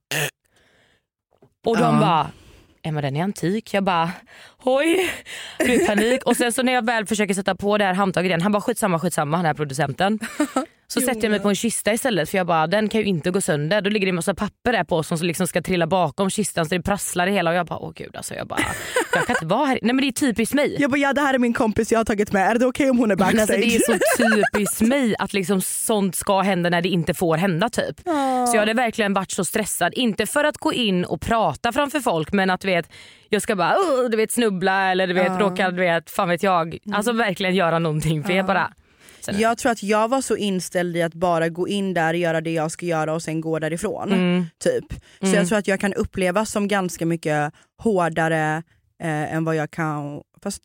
[SPEAKER 4] och de bara, Emma den är antik. Jag bara, oj, det blir panik. Och sen så när jag väl försöker sätta på det här handtaget igen, han bara skitsamma, han är producenten. Så sätter jag mig på en kista istället för jag bara, den kan ju inte gå sönder. Då ligger det en massa papper där på som liksom ska trilla bakom kistan så det prasslar i hela och jag bara, åh gud alltså, jag kan inte vara här. Nej men det är typiskt mig.
[SPEAKER 5] Jag bara, ja det här är min kompis jag har tagit med. Är det okej om hon är backstage?
[SPEAKER 4] Alltså, det är så typiskt mig att liksom sånt ska hända när det inte får hända typ. Så jag hade verkligen varit så stressad. Inte för att gå in och prata framför folk men att jag ska bara snubbla eller råka fan vet jag. Alltså verkligen göra någonting för jag bara.
[SPEAKER 5] Jag tror att jag var så inställd i att bara gå in där, göra det jag ska göra och sen gå därifrån. Typ. Så jag tror att jag kan uppleva som ganska mycket hårdare än vad jag kan. Fast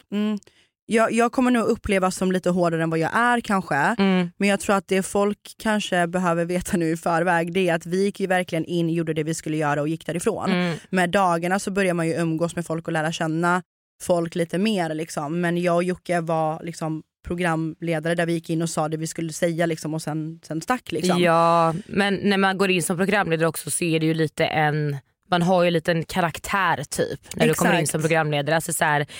[SPEAKER 5] jag kommer nog uppleva som lite hårdare än vad jag är kanske. Men jag tror att det folk kanske behöver veta nu i förväg, det är att vi gick ju verkligen in, gjorde det vi skulle göra och gick därifrån. Med dagarna så börjar man ju umgås med folk och lära känna folk lite mer liksom. Men jag och Jocke var liksom programledare där vi gick in och sa det vi skulle säga liksom, och sen stack liksom. Ja, men när man går in som programledare också så är det ju lite man har ju lite en karaktär typ när du kommer in som programledare. Alltså så här,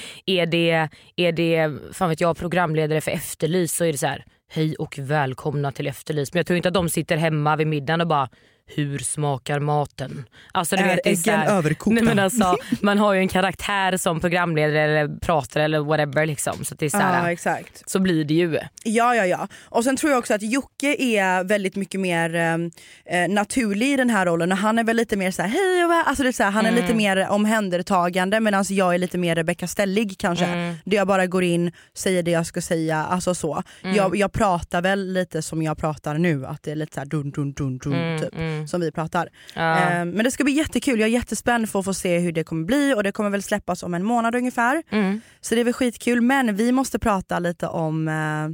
[SPEAKER 5] är det fan vet jag, programledare för Efterlyst så är det så här, hej och välkomna till Efterlyst. Men jag tror inte att de sitter hemma vid middagen och bara, hur smakar maten? Alltså, du vet, det är så här, överkokta?
[SPEAKER 4] Nej, men alltså, man har ju en karaktär som programledare eller pratar eller whatever liksom. Så det är så här,
[SPEAKER 5] exakt.
[SPEAKER 4] Så blir det ju.
[SPEAKER 5] Ja. Och sen tror jag också att Jocke är väldigt mycket mer naturlig i den här rollen. Och han är väl lite mer så här, hej och alltså det är så här, han är lite mer omhändertagande medan jag är lite mer Rebecca Stellig kanske. Där jag bara går in, säger det jag ska säga, alltså så. Jag pratar väl lite som jag pratar nu, att det är lite så här dun typ. Som vi pratar. Men det ska bli jättekul. Jag är jättespänd för att få se hur det kommer bli. Och det kommer väl släppas om en månad ungefär. Så det är väl skitkul. Men vi måste prata lite om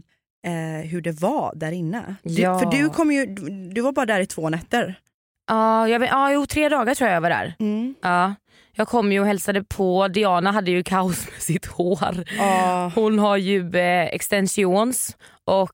[SPEAKER 5] hur det var där inne. För du var bara där i 2 nätter.
[SPEAKER 4] Ja, 3 dagar tror jag var där. Ja. Jag kom ju och hälsade på. Diana hade ju kaos med sitt hår. Hon har ju extensions. Och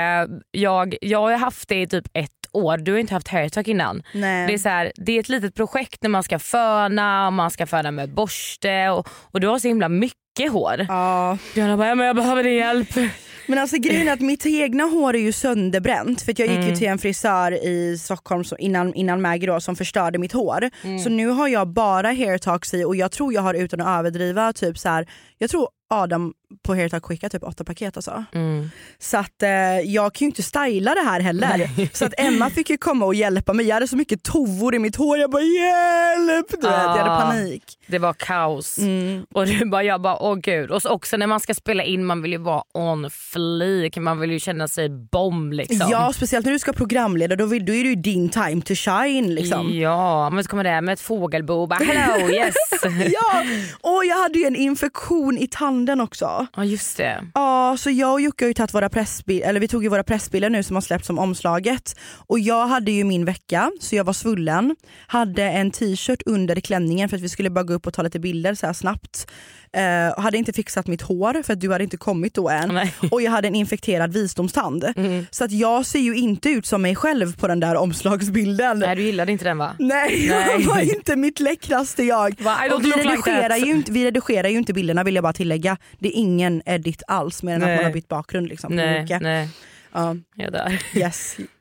[SPEAKER 4] jag har haft det i typ 1 år. Du har inte haft hairtalk innan.
[SPEAKER 5] Nej.
[SPEAKER 4] Det är så här, det är ett litet projekt när man ska föna och man ska föna med borste och du har så himla mycket hår. Jag bara, men jag behöver din hjälp.
[SPEAKER 5] Men alltså grejen är att mitt egna hår är ju sönderbränt. För att jag gick ju till en frisör i Stockholm innan Maggie då, som förstörde mitt hår. Så nu har jag bara hairtalks i och jag tror jag har, utan att överdriva, typ så här, jag tror Adam på hairtalk skickade typ 8 paket alltså. Så att jag kan ju inte styla det här heller. Nej. Så att Emma fick ju komma och hjälpa mig. Jag hade så mycket tovor i mitt hår. Jag bara hjälp! Jag hade panik.
[SPEAKER 4] Det var kaos. Och jag bara åh gud. Och så också när man ska spela in, man vill ju vara on fleek. Man vill ju känna sig bomb liksom.
[SPEAKER 5] Ja, speciellt när du ska programleda. Då är det ju din time to shine liksom.
[SPEAKER 4] Ja, men så kommer det med ett fågelbo. Bara, hello, yes.
[SPEAKER 5] Ja, och jag hade ju en infektion i tanden också.
[SPEAKER 4] Ja, just det.
[SPEAKER 5] Ja, så jag och Jocke har ju tagit våra pressbilder, eller vi tog ju våra pressbilder nu som har släppts som omslaget. Och jag hade ju min vecka, så jag var svullen. Hade en t-shirt under klänningen för att vi skulle bara gå upp och ta lite bilder så här snabbt. Hade inte fixat mitt hår för att du hade inte kommit då än. Nej. Och jag hade en infekterad visdomstand. Så att jag ser ju inte ut som mig själv på den där omslagsbilden.
[SPEAKER 4] Nej, du gillade inte den va?
[SPEAKER 5] Nej. Jag var inte mitt läckraste jag. Och vi redigerar ju inte bilderna, vill jag bara tillägga. Det är ingen edit alls mer än att man har bytt bakgrund liksom.
[SPEAKER 4] Nej. Ja. Jag där.
[SPEAKER 5] Yes.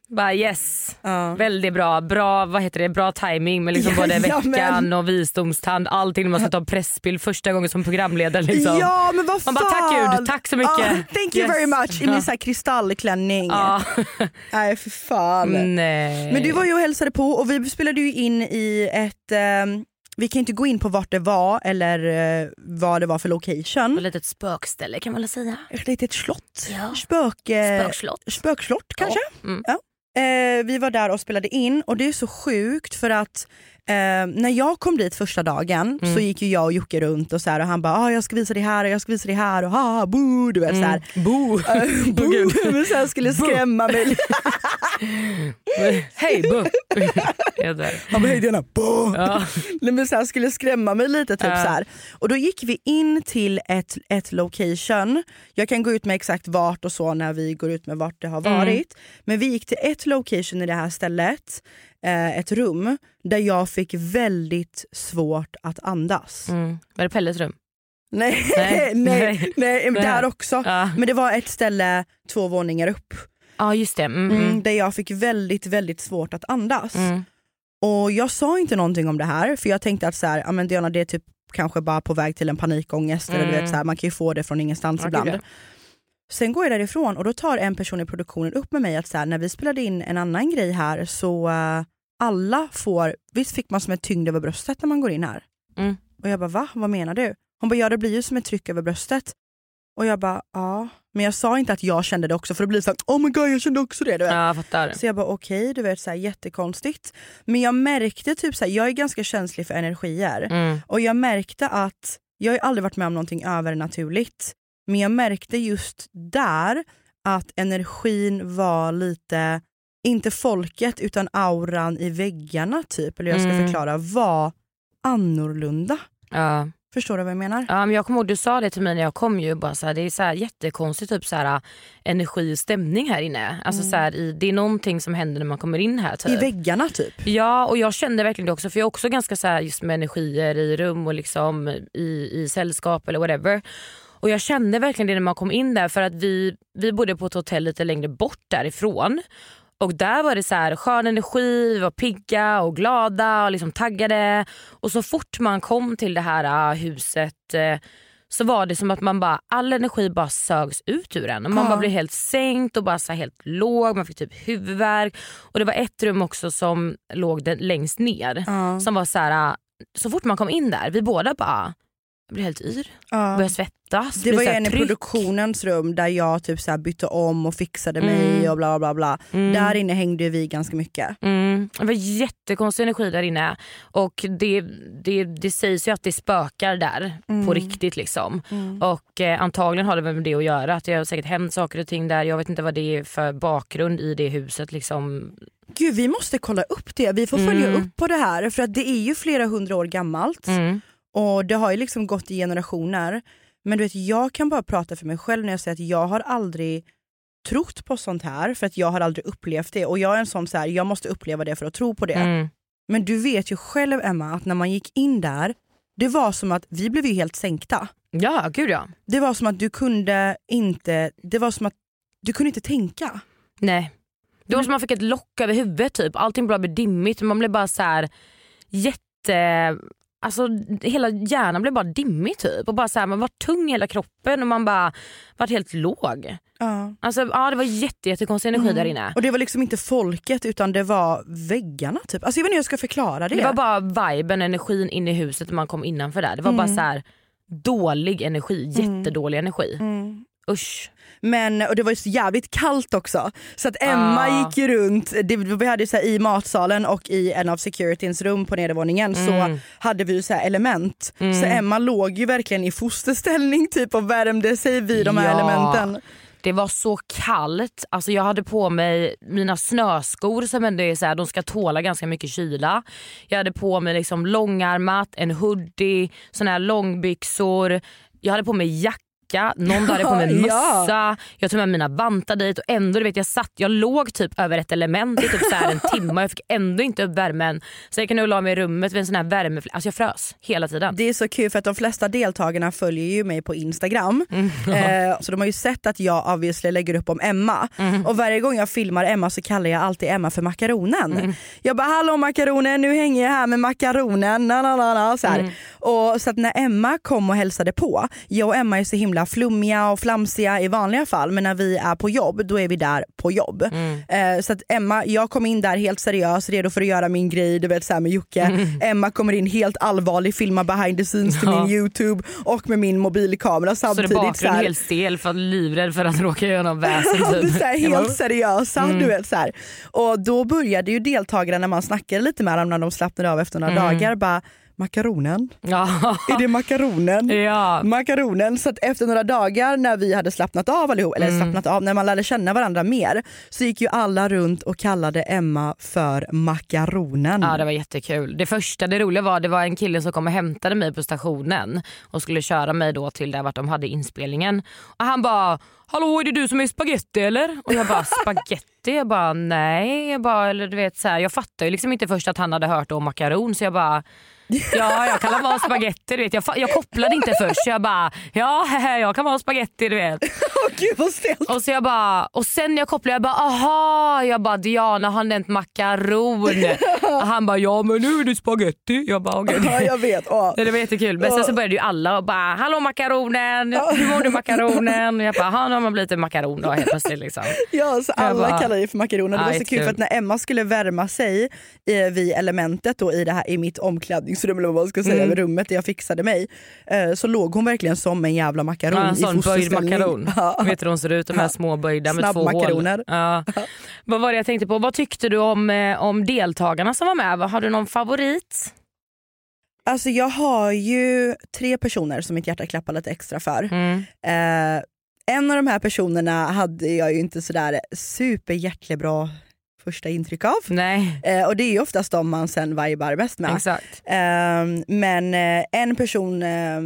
[SPEAKER 4] Bara yes. Väldigt bra. Bra timing med liksom både veckan och visdomstand. Allting man ska ta pressbild första gången som programledare liksom.
[SPEAKER 5] Ja men vad fan.
[SPEAKER 4] Man bara tack Gud, tack så mycket.
[SPEAKER 5] Thank you very much. I min så här kristallklänning. Nej för fan.
[SPEAKER 4] Nej.
[SPEAKER 5] Men du var ju och hälsade på och vi spelade ju in i ett vi kan inte gå in på vart det var eller vad det var för location.
[SPEAKER 4] Ett litet spökställe kan man väl säga.
[SPEAKER 5] Ett litet slott.
[SPEAKER 4] Ja.
[SPEAKER 5] Spökslott kanske. Ja. Vi var där och spelade in och det är så sjukt för att när jag kom dit första dagen så gick ju jag och Jocke runt och så här, och han bara jag ska visa det här och jag ska visa det här och boo, du vet så här.
[SPEAKER 4] Boo.
[SPEAKER 5] Men så här skulle skrämma mig.
[SPEAKER 4] Hej boo.
[SPEAKER 5] Han bara hej Diana. Men så här skulle skrämma mig lite typ så här. Och då gick vi in till ett location. Jag kan gå ut med exakt vart och så när vi går ut med vart det har varit. Men vi gick till ett location i det här stället. Ett rum där jag fick väldigt svårt att andas.
[SPEAKER 4] Var det Pelles rum?
[SPEAKER 5] Nej, där också. Men det var ett ställe 2 våningar upp.
[SPEAKER 4] Ja just det.
[SPEAKER 5] Där jag fick väldigt, väldigt svårt att andas. Och jag sa inte någonting om det här för jag tänkte att så här, men Diana, det är typ kanske bara på väg till en panikångest eller du vet så här, man kan ju få det från ingenstans ibland. Okay. Sen går jag därifrån och då tar en person i produktionen upp med mig att så här, när vi spelade in en annan grej här så alla får, visst fick man som ett tyngd över bröstet när man går in här. Och jag bara, va? Vad menar du? Hon bara, ja det blir ju som ett tryck över bröstet. Och jag bara, ja. Men jag sa inte att jag kände det också för det blir så här, oh my god jag kände också det. Du vet.
[SPEAKER 4] Ja, fattar.
[SPEAKER 5] Så jag bara okej, du vet så här, jättekonstigt. Men jag märkte typ så här, jag är ganska känslig för energier. Och jag märkte att jag har aldrig varit med om någonting övernaturligt. Men jag märkte just där att energin var lite, inte folket utan auran i väggarna typ, eller jag ska förklara, var annorlunda. Ja. Förstår du vad jag menar?
[SPEAKER 4] Ja, men jag kommer ihåg, du sa det till mig när jag kom ju bara så här, det är så här jättekonstigt typ så här energi och stämning här inne. Alltså så här, det är någonting som händer när man kommer in här typ.
[SPEAKER 5] I väggarna typ.
[SPEAKER 4] Ja, och jag kände verkligen det också för jag är också ganska så här just med energier i rum och liksom i sällskap eller whatever. Och jag kände verkligen det när man kom in där för att vi bodde på ett hotell lite längre bort därifrån. Och där var det så här skön energi, vi var pigga och glada och liksom taggade. Och så fort man kom till det här huset så var det som att man bara, all energi bara sögs ut ur en. Och man bara blev helt sänkt och bara så här helt låg, man fick typ huvudvärk. Och det var ett rum också som låg längst ner. Som var så här, så fort man kom in där, vi båda bara... Jag blev helt yr. Började svettas.
[SPEAKER 5] Det var ju en i produktionens rum där jag typ så här bytte om och fixade mig och bla bla bla. Där inne hängde vi ganska mycket.
[SPEAKER 4] Det var jättekonstig energi där inne. Och det sägs ju att det spökar där på riktigt liksom. Och antagligen har det med det att göra. Att det har säkert hänt saker och ting där. Jag vet inte vad det är för bakgrund i det huset liksom.
[SPEAKER 5] Gud, vi måste kolla upp det. Vi får följa upp på det här. För att det är ju flera 100 år gammalt. Och det har ju liksom gått i generationer. Men du vet, jag kan bara prata för mig själv när jag säger att jag har aldrig trott på sånt här. För att jag har aldrig upplevt det. Och jag är en sån så här, jag måste uppleva det för att tro på det. Men du vet ju själv Emma att när man gick in där, det var som att vi blev ju helt sänkta.
[SPEAKER 4] Ja, gud ja.
[SPEAKER 5] Det var som att du kunde inte, det var som att du kunde inte tänka.
[SPEAKER 4] Nej. Det var som att man fick ett lock över huvudet typ. Allting bara blev dimmigt. Man blev bara så här alltså hela hjärnan blev bara dimmig typ och bara så här, man var tung i hela kroppen och man bara var helt låg. Alltså det var jättekonstig energi där inne.
[SPEAKER 5] Och det var liksom inte folket utan det var väggarna typ. Alltså jag vet inte hur jag ska förklara det.
[SPEAKER 4] Det var bara viben, energin in i huset när man kom innanför där. Det var bara så här dålig energi, jättedålig energi. Usch.
[SPEAKER 5] Men, och det var ju så jävligt kallt också. Så att Emma gick ju runt, vi hade så här, i matsalen och i en av securityns rum på nedervåningen så hade vi ju så här element. Så Emma låg ju verkligen i fosterställning typ och värmde sig vid de här elementen.
[SPEAKER 4] Det var så kallt. Alltså jag hade på mig mina snöskor som ändå är så här, de ska tåla ganska mycket kyla. Jag hade på mig liksom långärmat, en hoodie, såna här långbyxor. Jag hade på mig jacka jacka, någon dag hade på mig mössa, jag tog med mina vantar dit och ändå, du vet, jag låg typ över ett element i typ så här en timme och jag fick ändå inte upp värmen. Så jag kunde la mig i rummet vid en sån här värme, alltså jag frös hela tiden.
[SPEAKER 5] Det är så kul för att de flesta deltagarna följer ju mig på Instagram. Så de har ju sett att jag obviously lägger upp om Emma. Och varje gång jag filmar Emma så kallar jag alltid Emma för makaronen. Jag bara, hallå makaronen, nu hänger jag här med makaronen. Så här. Och så att när Emma kom och hälsade på, jag och Emma är så himla flummiga och flamsiga i vanliga fall, men när vi är på jobb, då är vi där på jobb. Så att Emma, jag kom in där helt seriös, redo för att göra min grej, du vet, så här med Jocke. Emma kommer in helt allvarlig, filmar behind the scenes till min YouTube och med min mobilkamera samtidigt.
[SPEAKER 4] Så det bakgrund helt stel för att livrädd för att råka göra någon väsen typ.
[SPEAKER 5] Så här, helt seriösa, du vet så här. Och då började ju deltagarna, när man snackade lite med dem när de slappnade av efter några dagar, bara makaronen. Är det makaronen?
[SPEAKER 4] Ja.
[SPEAKER 5] Makaronen. Så att efter några dagar när vi hade slappnat av allihop, eller slappnat av, när man lärde känna varandra mer, så gick ju alla runt och kallade Emma för makaronen.
[SPEAKER 4] Ja, det var jättekul. Det roliga var, det var en kille som kom och hämtade mig på stationen och skulle köra mig då till där vart de hade inspelningen. Och han bara, hallå, är det du som är spaghetti eller? Och jag bara, spaghetti? Jag bara, nej. Eller du vet så här, jag fattar ju liksom inte först att han hade hört om makaron, så jag bara, ja, jag kan vara spaghetti, du vet. Jag kopplade inte först. Jag bara, jag kan vara spaghetti, du vet.
[SPEAKER 5] Gud vad stelt.
[SPEAKER 4] Och så jag bara, och sen när jag kopplade, jag bara, aha, jag bara, Diana har nämnt makaron. Och han bara, ja men nu är det spaghetti. Jag bara, okej.
[SPEAKER 5] Ja, jag vet.
[SPEAKER 4] Det var jättekul. Men sen så började ju alla och bara, hallå makaronen, hur mår du makaronen? Och jag bara, nu har man blivit en makaron då helt plötsligt liksom.
[SPEAKER 5] Ja, så alla
[SPEAKER 4] bara,
[SPEAKER 5] kallar det för makaronen. Det var så kul för att när Emma skulle värma sig vid elementet då i mitt omklädningsrum, eller vad man ska säga, över rummet där jag fixade mig, så låg hon verkligen som en jävla makaron.
[SPEAKER 4] Ja, en sån böjd makaron.
[SPEAKER 5] Ja.
[SPEAKER 4] Vet du hur hon ser ut, de här små böjda med 2 hål. Ja. Vad var det jag tänkte på? Vad tyckte du om deltagarna som var med? Har du någon favorit?
[SPEAKER 5] Alltså jag har ju 3 personer som mitt hjärta klappar lite extra för. En av de här personerna hade jag ju inte sådär superhjärtebra första intryck av.
[SPEAKER 4] Nej.
[SPEAKER 5] Och det är ju oftast de man sen vibar bäst med.
[SPEAKER 4] Exakt.
[SPEAKER 5] Men en person...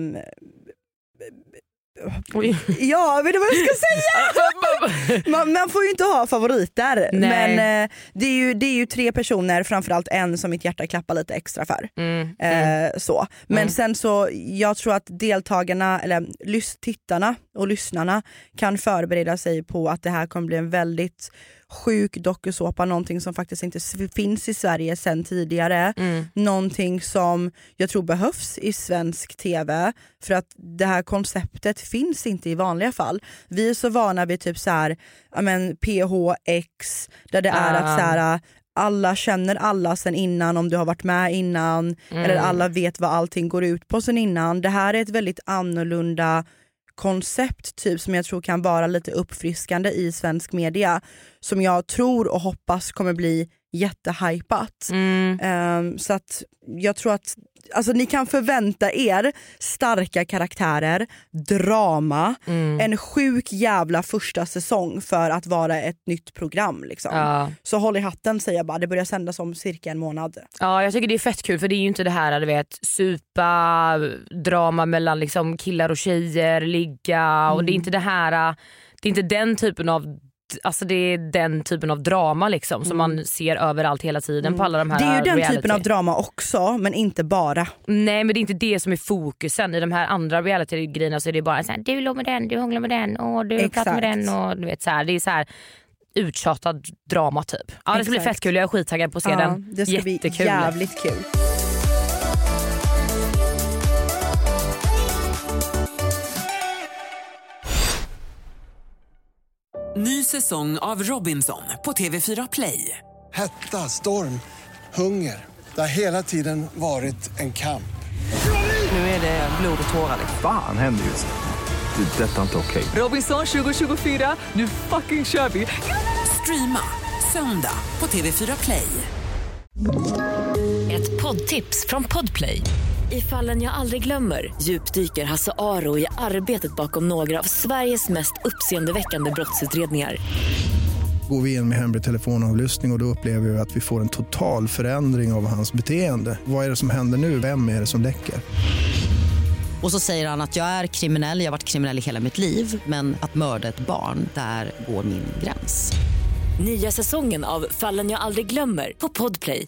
[SPEAKER 5] Ja, vet du vad jag ska säga? Man får ju inte ha favoriter.
[SPEAKER 4] Nej.
[SPEAKER 5] Men det är ju 3 personer, framförallt en som mitt hjärta klappar lite extra för. Så. Men sen så, jag tror att deltagarna, eller tittarna och lyssnarna kan förbereda sig på att det här kommer bli en väldigt sjuk dokusåpa, någonting som faktiskt inte finns i Sverige sedan tidigare. Någonting som jag tror behövs i svensk tv, för att det här konceptet finns inte i vanliga fall. Vi är så vana vid typ så här, PHX, där det är att så här, alla känner alla sen innan, om du har varit med innan, eller alla vet vad allting går ut på sen innan. Det här är ett väldigt annorlunda koncept typ, som jag tror kan vara lite uppfriskande i svensk media, som jag tror och hoppas kommer bli jättehypat. Så att jag tror att alltså, ni kan förvänta er starka karaktärer, drama, en sjuk jävla första säsong för att vara ett nytt program liksom.
[SPEAKER 4] Ja.
[SPEAKER 5] Så håll i hatten, säger jag bara. Det börjar sändas om cirka en månad.
[SPEAKER 4] Ja, jag tycker det är fett kul, för det är ju inte det här, du vet, supa drama mellan liksom killar och tjejer, ligga, och det är inte det här, det är inte den typen av, alltså det är den typen av drama liksom som man ser överallt hela tiden på alla de här.
[SPEAKER 5] Det är ju den
[SPEAKER 4] reality
[SPEAKER 5] typen av drama också, men inte bara.
[SPEAKER 4] Nej, men det är inte det som är fokusen. I de här andra reality-grejerna så är det bara så här, du låg med den, du hånglar med den, och du pratar med den, och du vet så här, det är så här uttjatad drama typ. Ja, det ska bli fett kul. Jag är skittaggad på att se den.
[SPEAKER 5] Det ska bli jävligt kul.
[SPEAKER 1] Ny säsong av Robinson på TV4 Play.
[SPEAKER 2] Hetta, storm, hunger. Det har hela tiden varit en kamp.
[SPEAKER 1] Nu är det blod och tårar.
[SPEAKER 3] Fan händer just det. Det är detta inte okej.
[SPEAKER 1] Robinson 2024, nu fucking kör vi. Streama söndag på TV4 Play.
[SPEAKER 7] Ett poddtips från Podplay. I Fallen jag aldrig glömmer djupdyker Hasse Aro i arbetet bakom några av Sveriges mest uppseendeväckande brottsutredningar.
[SPEAKER 8] Går vi in med hemlig telefonavlyssning och då upplever vi att vi får en total förändring av hans beteende. Vad är det som händer nu? Vem är det som läcker?
[SPEAKER 9] Och så säger han att jag är kriminell, jag har varit kriminell i hela mitt liv. Men att mörda ett barn, där går min gräns.
[SPEAKER 7] Nya säsongen av Fallen jag aldrig glömmer på Podplay.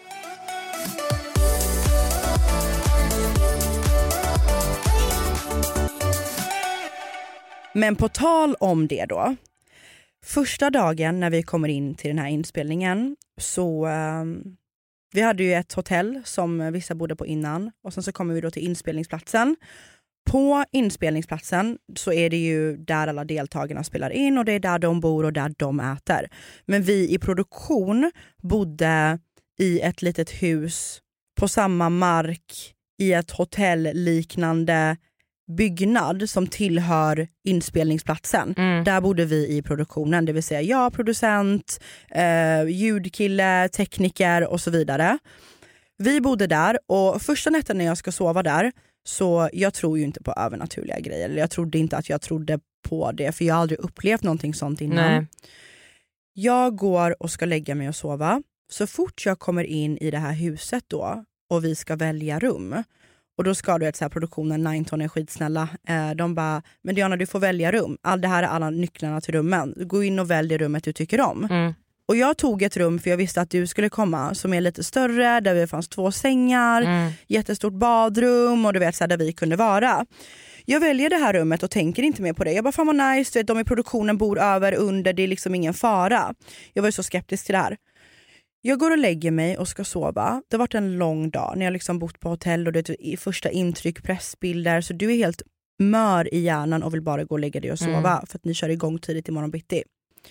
[SPEAKER 5] Men på tal om det då. Första dagen när vi kommer in till den här inspelningen så vi hade ju ett hotell som vissa bodde på innan. Och sen så kommer vi då till inspelningsplatsen. På inspelningsplatsen så är det ju där alla deltagarna spelar in och det är där de bor och där de äter. Men vi i produktion bodde i ett litet hus på samma mark i ett hotellliknande byggnad som tillhör inspelningsplatsen. Där bodde vi i produktionen, det vill säga jag, producent, ljudkille, tekniker och så vidare. Vi bodde där och första nätten när jag ska sova där, så jag tror ju inte på övernaturliga grejer. Eller jag trodde inte att jag trodde på det, för jag har aldrig upplevt någonting sånt innan. Nej. Jag går och ska lägga mig och sova. Så fort jag kommer in i det här huset då och vi ska välja rum. Och då ska du så här, produktionen, Nineton är skitsnälla. De bara, men Diana, du får välja rum. Det här är alla nycklarna till rummen. Gå in och välj det rummet du tycker om. Och jag tog ett rum för jag visste att du skulle komma som är lite större, där det fanns 2 sängar, jättestort badrum och du vet så här, där vi kunde vara. Jag väljer det här rummet och tänker inte mer på det. Jag bara, fan vad nice, du vet, de i produktionen bor över, under, det är liksom ingen fara. Jag var ju så skeptisk till det här. Jag går och lägger mig och ska sova. Det har varit en lång dag när jag liksom bott på hotell och det är första intryck, pressbilder, så du är helt mör i hjärnan och vill bara gå och lägga dig och sova för att ni kör igång tidigt imorgon bitti.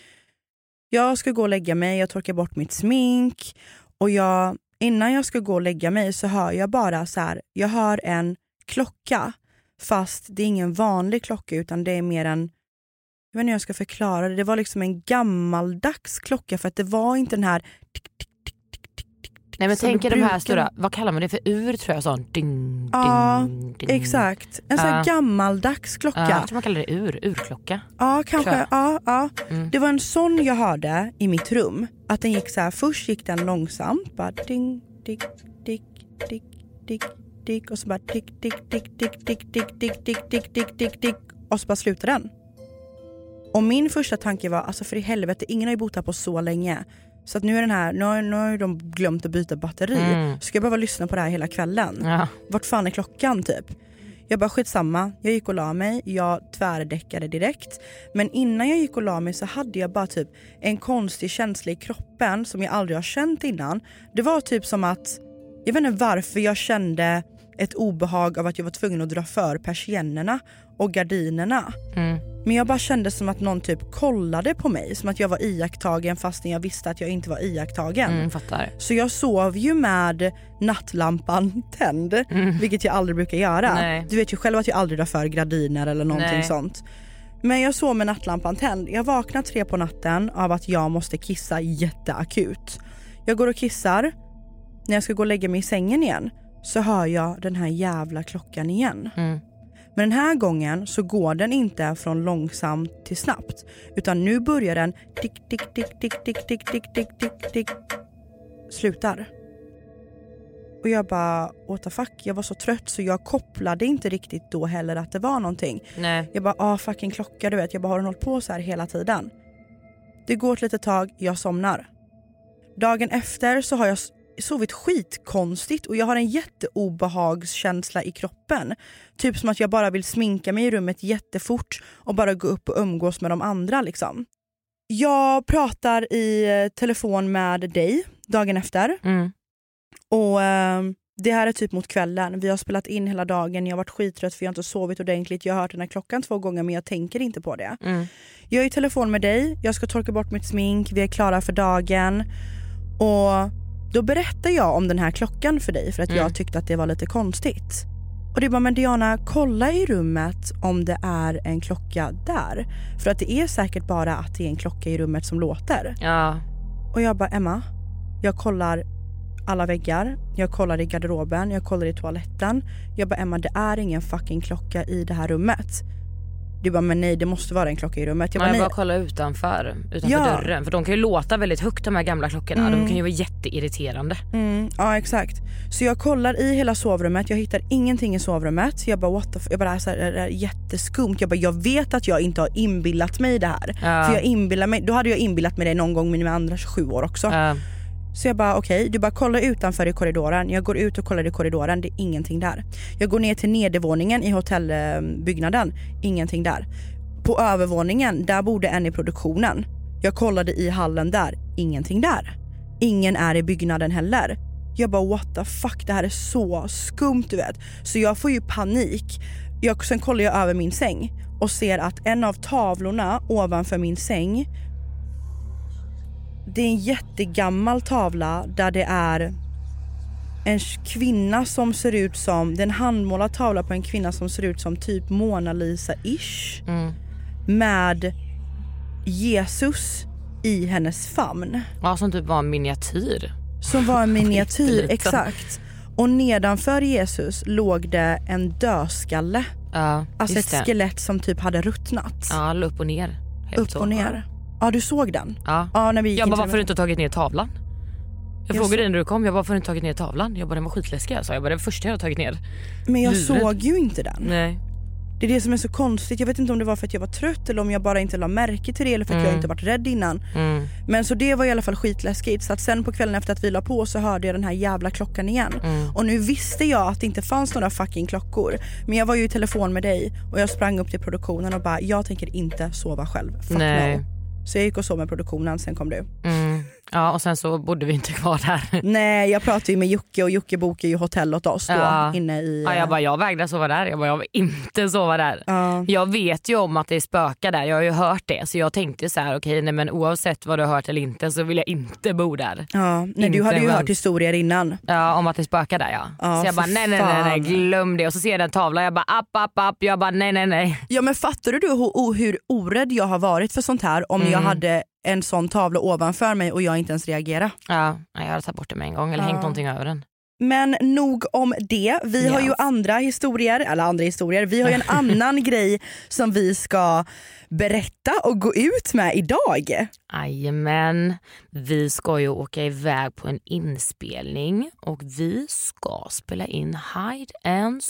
[SPEAKER 5] Jag ska gå och lägga mig, jag torkar bort mitt smink och innan jag ska gå och lägga mig så hör jag bara så här, jag hör en klocka, fast det är ingen vanlig klocka utan det är mer en, jag vet inte hur jag ska förklara det, det var liksom en gammaldags klocka för att det var inte den här
[SPEAKER 4] nej men tänk de här stora, vad kallar man det för, ur tror jag, sån ding,
[SPEAKER 5] ja,
[SPEAKER 4] ding, ding.
[SPEAKER 5] Exakt, en sån här gammaldags klocka.
[SPEAKER 4] Jag tror man kallar det urklocka.
[SPEAKER 5] Ja, kanske, ja. Det var en sån jag hörde i mitt rum, att den gick så här, först gick den långsamt, bara ding, dick, dick, dick, dick, dick, och så bara dick, dick, dick, dick, dick, dick, dick, dick, dick, dick, dick, dick, och så bara slutade den. Och min första tanke var, alltså för i helvete, ingen har ju bott här på så länge. Så att nu är den här, nu har de glömt att byta batteri. Ska jag behöva lyssna på det här hela kvällen? Ja. Vart fan är klockan typ? Jag bara skitsamma, jag gick och la mig. Jag tvärdäckade direkt. Men innan jag gick och la mig så hade jag bara typ en konstig känsla i kroppen som jag aldrig har känt innan. Det var typ som att, jag vet inte varför jag kände ett obehag av att jag var tvungen att dra för persiennerna och gardinerna. Men jag bara kände som att någon typ kollade på mig, som att jag var iakttagen fast jag visste att jag inte var iakttagen.
[SPEAKER 4] Fattar.
[SPEAKER 5] Så jag sov ju med nattlampan tänd, vilket jag aldrig brukar göra. Nej. Du vet ju själv att jag aldrig drar för gardiner eller någonting sånt. Men jag sov med nattlampan tänd. Jag vaknar 3 på natten av att jag måste kissa jätteakut. Jag går och kissar. När jag ska gå och lägga mig i sängen igen så hör jag den här jävla klockan igen. Men den här gången så går den inte från långsamt till snabbt, utan nu börjar den tick tick tick tick tick tick tick tick tick tick, slutar. Och jag bara, what the fuck, jag var så trött så jag kopplade inte riktigt då heller att det var någonting. Nej. Jag bara, fucking klocka, du vet, jag bara har den hållit på så här hela tiden. Det går ett litet tag, jag somnar. Dagen efter så har jag sovit skitkonstigt och jag har en jätteobehagskänsla i kroppen. Typ som att jag bara vill sminka mig i rummet jättefort och bara gå upp och umgås med de andra liksom. Jag pratar i telefon med dig dagen efter. Och det här är typ mot kvällen. Vi har spelat in hela dagen. Jag har varit skittrött för jag har inte sovit ordentligt. Jag har hört den här klockan 2 gånger men jag tänker inte på det. Jag är i telefon med dig. Jag ska torka bort mitt smink. Vi är klara för dagen. Och då berättar jag om den här klockan för dig för att jag tyckte att det var lite konstigt. Och det är bara, men Diana, kolla i rummet om det är en klocka där. För att det är säkert bara att det är en klocka i rummet som låter. Ja. Och jag bara, Emma, jag kollar alla väggar. Jag kollar i garderoben, jag kollar i toaletten. Jag bara, Emma, det är ingen fucking klocka i det här rummet. Du bara, men nej, det måste vara en klocka i rummet.
[SPEAKER 4] Jag bara kolla utanför dörren. För de kan ju låta väldigt högt, de här gamla klockorna. De kan ju vara jätteirriterande.
[SPEAKER 5] Ja, exakt. Så jag kollar i hela sovrummet. Jag hittar ingenting i sovrummet. Jag bara, what the jag bara, så här, det är jätteskumt. Jag vet att jag inte har inbillat mig det här. För jag inbillar mig, då hade jag inbillat mig det någon gång med mina andra 27 år också. Så jag bara, okej, du bara kollar utanför i korridoren. Jag går ut och kollar i korridoren, det är ingenting där. Jag går ner till nedervåningen i hotellbyggnaden, ingenting där. På övervåningen, där borde en i produktionen. Jag kollade i hallen där, ingenting där. Ingen är i byggnaden heller. Jag bara, what the fuck, det här är så skumt, du vet. Så jag får ju panik. Sen kollar jag över min säng och ser att en av tavlorna ovanför min säng, det är en jättegammal tavla där det är en kvinna som ser ut som, det är en handmålad tavla på en kvinna som ser ut som typ Mona Lisa-ish. Med Jesus i hennes famn.
[SPEAKER 4] Ja, som typ var en miniatyr.
[SPEAKER 5] Som var en miniatyr, exakt. Och nedanför Jesus låg det en dödskalle. Alltså ett skelett som typ hade ruttnat.
[SPEAKER 4] Ja, upp och ner.
[SPEAKER 5] Upp och ner. Ja, du såg den?
[SPEAKER 4] Ja, när vi gick. Jag bara, varför har du inte tagit ner tavlan? Jag frågade dig när du kom, jag bara, varför har du inte tagit ner tavlan? Jag bara, den var skitläskig. Jag bara, det första jag har tagit ner.
[SPEAKER 5] Men jag såg ju inte den.
[SPEAKER 4] Nej.
[SPEAKER 5] Det är det som är så konstigt. Jag vet inte om det var för att jag var trött eller om jag bara inte la märke till det eller för att jag inte varit rädd innan. Men så det var i alla fall skitläskigt. Så att sen på kvällen efter att vi la på så hörde jag den här jävla klockan igen. Och nu visste jag att det inte fanns några fucking klockor. Men jag var ju i telefon med dig och jag sprang upp till produktionen och bara, jag tänker inte sova själv. Fuck no. Så jag gick och sov med produktionen, sen kom du.
[SPEAKER 4] Ja, och sen så bodde vi inte kvar där.
[SPEAKER 5] Nej, jag pratade ju med Jocke och Jocke bokade ju hotell åt oss då, inne i...
[SPEAKER 4] Ja, jag vägrade sova där. Jag vill inte sova där. Jag vet ju om att det är spöka där, jag har ju hört det. Så jag tänkte så här, okej, nej, men oavsett vad du har hört eller inte så vill jag inte bo där.
[SPEAKER 5] Ja, nej, du hade ju hört historier innan.
[SPEAKER 4] Ja, om att det spökar där, så jag bara, nej, glöm det. Och så ser jag den tavlan, jag bara, app. Jag bara, nej. Ja, men fattar du hur orädd jag har varit för sånt här om jag hade en sån tavla ovanför mig och jag inte ens reagerar. Ja, jag hade tagit bort det med en gång eller hängt någonting över den.
[SPEAKER 5] Men nog om det. Vi har ju andra historier. Vi har ju en annan grej som vi ska berätta och gå ut med idag.
[SPEAKER 4] Jajamän, vi ska ju åka iväg på en inspelning och vi ska spela in Hide and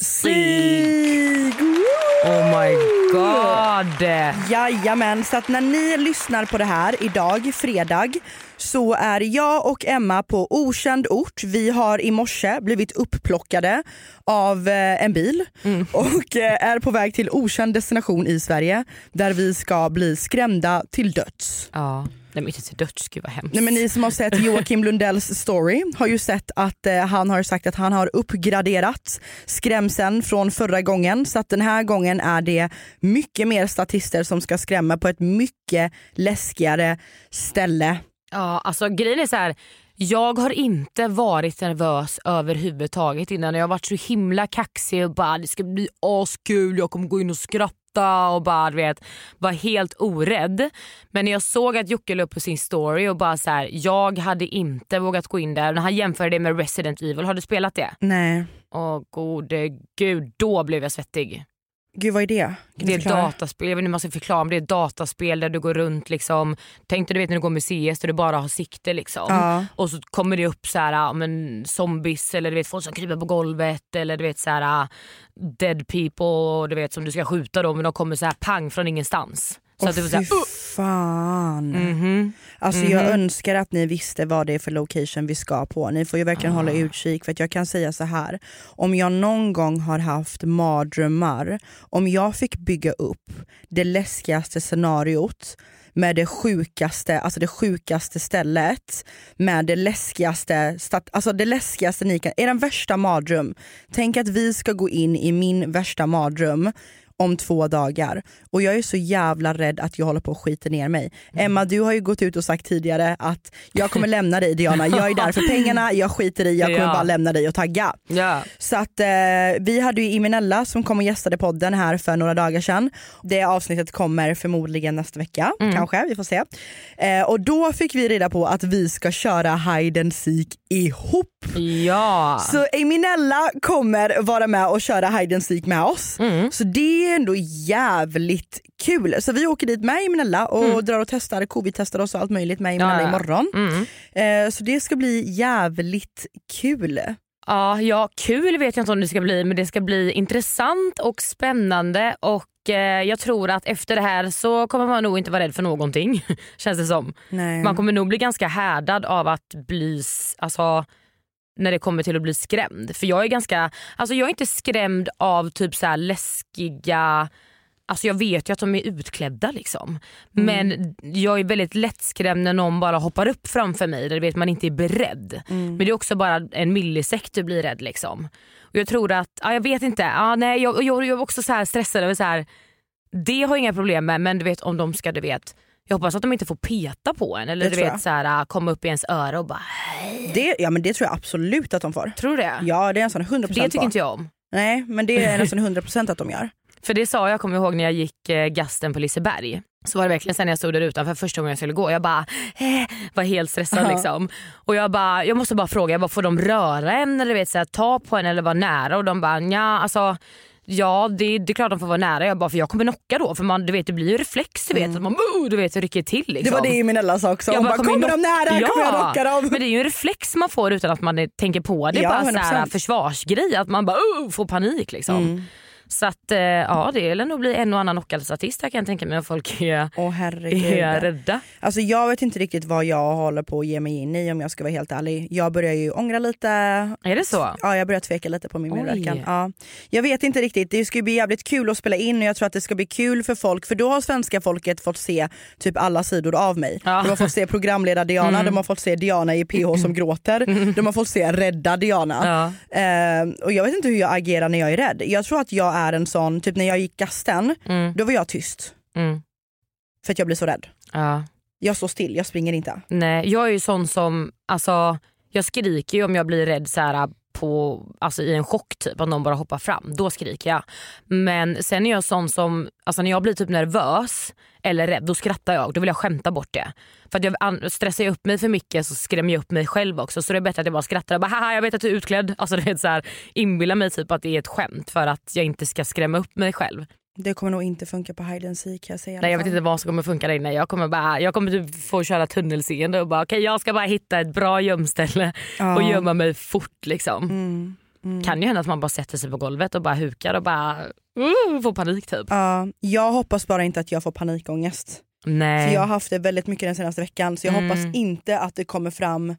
[SPEAKER 4] Seek. Oh my god.
[SPEAKER 5] Jajamän, så att när ni lyssnar på det här idag, fredag, så är jag och Emma på okänd ort. Vi har i morse blivit upplockade av en bil och är på väg till okänd destination i Sverige där vi ska bli skrämda till döds.
[SPEAKER 4] Ja. Nej, men inte till döds, gud vad hemskt.
[SPEAKER 5] Nej, men ni som har sett Joakim Lundells story har ju sett att han har sagt att han har uppgraderat skrämseln från förra gången. Så att den här gången är det mycket mer statister som ska skrämma på ett mycket läskigare ställe.
[SPEAKER 4] Ja, alltså grejen är så här. Jag har inte varit nervös överhuvudtaget innan. Jag har varit så himla kaxig och bara, det ska bli askul, jag kommer gå in och skratta och bara, du vet, var helt orädd. Men när jag såg att Jocke la upp på sin story och bara så här, jag hade inte vågat gå in där. När han jämförde det med Resident Evil, har du spelat det?
[SPEAKER 5] Nej.
[SPEAKER 4] Åh gode gud, då blev jag svettig.
[SPEAKER 5] Gud, vad är det?
[SPEAKER 4] Det är ett dataspel, jag vet inte hur man ska förklara, men det är ett dataspel där du går runt liksom, tänk dig, du vet när du går museet där du bara har sikte liksom. Och så kommer det upp så här, men zombies eller du vet folk som kryper på golvet eller du vet så här dead people, du vet som du ska skjuta dem men de kommer så här pang från ingenstans. Så att du får säga,
[SPEAKER 5] fan. Alltså jag önskar att ni visste vad det är för location vi ska på. Ni får ju verkligen hålla utkik, för att jag kan säga så här. Om jag någon gång har haft mardrömmar, om jag fick bygga upp det läskigaste scenariot med det sjukaste stället, med det läskigaste, alltså det läskigaste ni kan, är den värsta mardröm. Tänk att vi ska gå in i min värsta mardröm om 2 dagar. Och jag är så jävla rädd att jag håller på att skita ner mig. Emma, du har ju gått ut och sagt tidigare att jag kommer lämna dig, Diana. Jag är där för pengarna, jag skiter i, jag kommer bara lämna dig och tagga. Så att vi hade ju Imenella som kom och gästade podden här för några dagar sedan. Det avsnittet kommer förmodligen nästa vecka, kanske, vi får se. Och då fick vi reda på att vi ska köra Hide and Seek ihop.
[SPEAKER 4] Ja.
[SPEAKER 5] Så Imenella kommer vara med och köra Hide and Seek med oss. Så det är ändå jävligt kul. Så vi åker dit med Imenella och drar och testar, covid-testar oss och allt möjligt med Imenella imorgon. Så det ska bli jävligt kul.
[SPEAKER 4] Ja, kul vet jag inte om det ska bli, men det ska bli intressant och spännande och jag tror att efter det här så kommer man nog inte vara rädd för någonting, känns det som.
[SPEAKER 5] Nej.
[SPEAKER 4] Man kommer nog bli ganska härdad av att bli, alltså när det kommer till att bli skrämd. För jag är ganska, alltså jag är inte skrämd av typ så här läskiga, alltså jag vet ju att de är utklädda liksom. Men jag är väldigt lättskrämd när någon bara hoppar upp framför mig där vet man inte är beredd. Men det är också bara en millisekt du blir rädd liksom. Och jag tror att, jag vet inte, jag är också så här stressad över så här, det har jag inga problem med, men du vet om de ska, du vet, jag hoppas att de inte får peta på en eller du vet så här, komma upp i ens öra och bara hej.
[SPEAKER 5] Men det tror jag absolut att de får.
[SPEAKER 4] Tror du det?
[SPEAKER 5] Ja, det är en sån 100%
[SPEAKER 4] det tycker inte jag om.
[SPEAKER 5] Nej, men det är nästan 100% att de gör.
[SPEAKER 4] För det sa jag, kommer ihåg när jag gick gasten på Liseberg. Så var det verkligen sen jag stod där utanför första gången jag skulle gå. Jag bara var helt stressad liksom. Och jag måste bara fråga, får de röra en eller vet, så här, ta på en eller vara nära? Och de bara, ja, det är klart de får vara nära. Jag bara, för jag kommer knocka då. För man, du vet, det blir ju reflex, du vet. Att man rycker till liksom.
[SPEAKER 5] Det var det Imenella sa också. Hon bara, kommer de nära? Kommer jag knocka dem?
[SPEAKER 4] Men det är ju en reflex man får utan att man tänker på det. Det är bara så här försvarsgrej. Att man bara får panik liksom. Så att det är nog bli en och annan knockad statist. Jag kan tänka mig att folk är rädda.
[SPEAKER 5] Alltså jag vet inte riktigt vad jag håller på att ge mig in i, om jag ska vara helt ärlig. Jag börjar ju ångra lite.
[SPEAKER 4] Är det så?
[SPEAKER 5] Ja, jag börjar tveka lite på min medverkan. Ja. Jag vet inte riktigt. Det ska bli jävligt kul att spela in och jag tror att det ska bli kul för folk. För då har svenska folket fått se typ alla sidor av mig. De har fått se programledare Diana, de har fått se Diana i PH som gråter. De har fått se rädda Diana. Och jag vet inte hur jag agerar när jag är rädd. Jag tror att jag är en sån, typ när jag gick gasten, då var jag tyst. För att jag blir så rädd. Jag står still, jag springer inte.
[SPEAKER 4] Nej, jag är ju sån som, alltså jag skriker ju om jag blir rädd så här alltså i en chock typ, att någon bara hoppar fram, då skriker jag. Men sen är jag sån som, alltså när jag blir typ nervös eller rädd, då skrattar jag, då vill jag skämta bort det. För att jag stressar jag upp mig för mycket så skrämmer jag upp mig själv också. Så det är bättre att jag bara skrattar och bara, haha, jag vet att du är utklädd. Alltså det är så här, inbilla mig typ att det är ett skämt för att jag inte ska skrämma upp mig själv.
[SPEAKER 5] Det kommer nog inte funka på hide and seek, jag säger.
[SPEAKER 4] Nej, jag vet inte vad som kommer funka där inne. Jag kommer typ få köra tunnelseende och bara, okej, jag ska bara hitta ett bra gömställe och gömma mig fort liksom. Kan ju hända att man bara sätter sig på golvet och bara hukar och bara får panik typ.
[SPEAKER 5] Jag hoppas bara inte att jag får panikångest.
[SPEAKER 4] Nej.
[SPEAKER 5] För jag har haft det väldigt mycket den senaste veckan, så jag hoppas inte att det kommer fram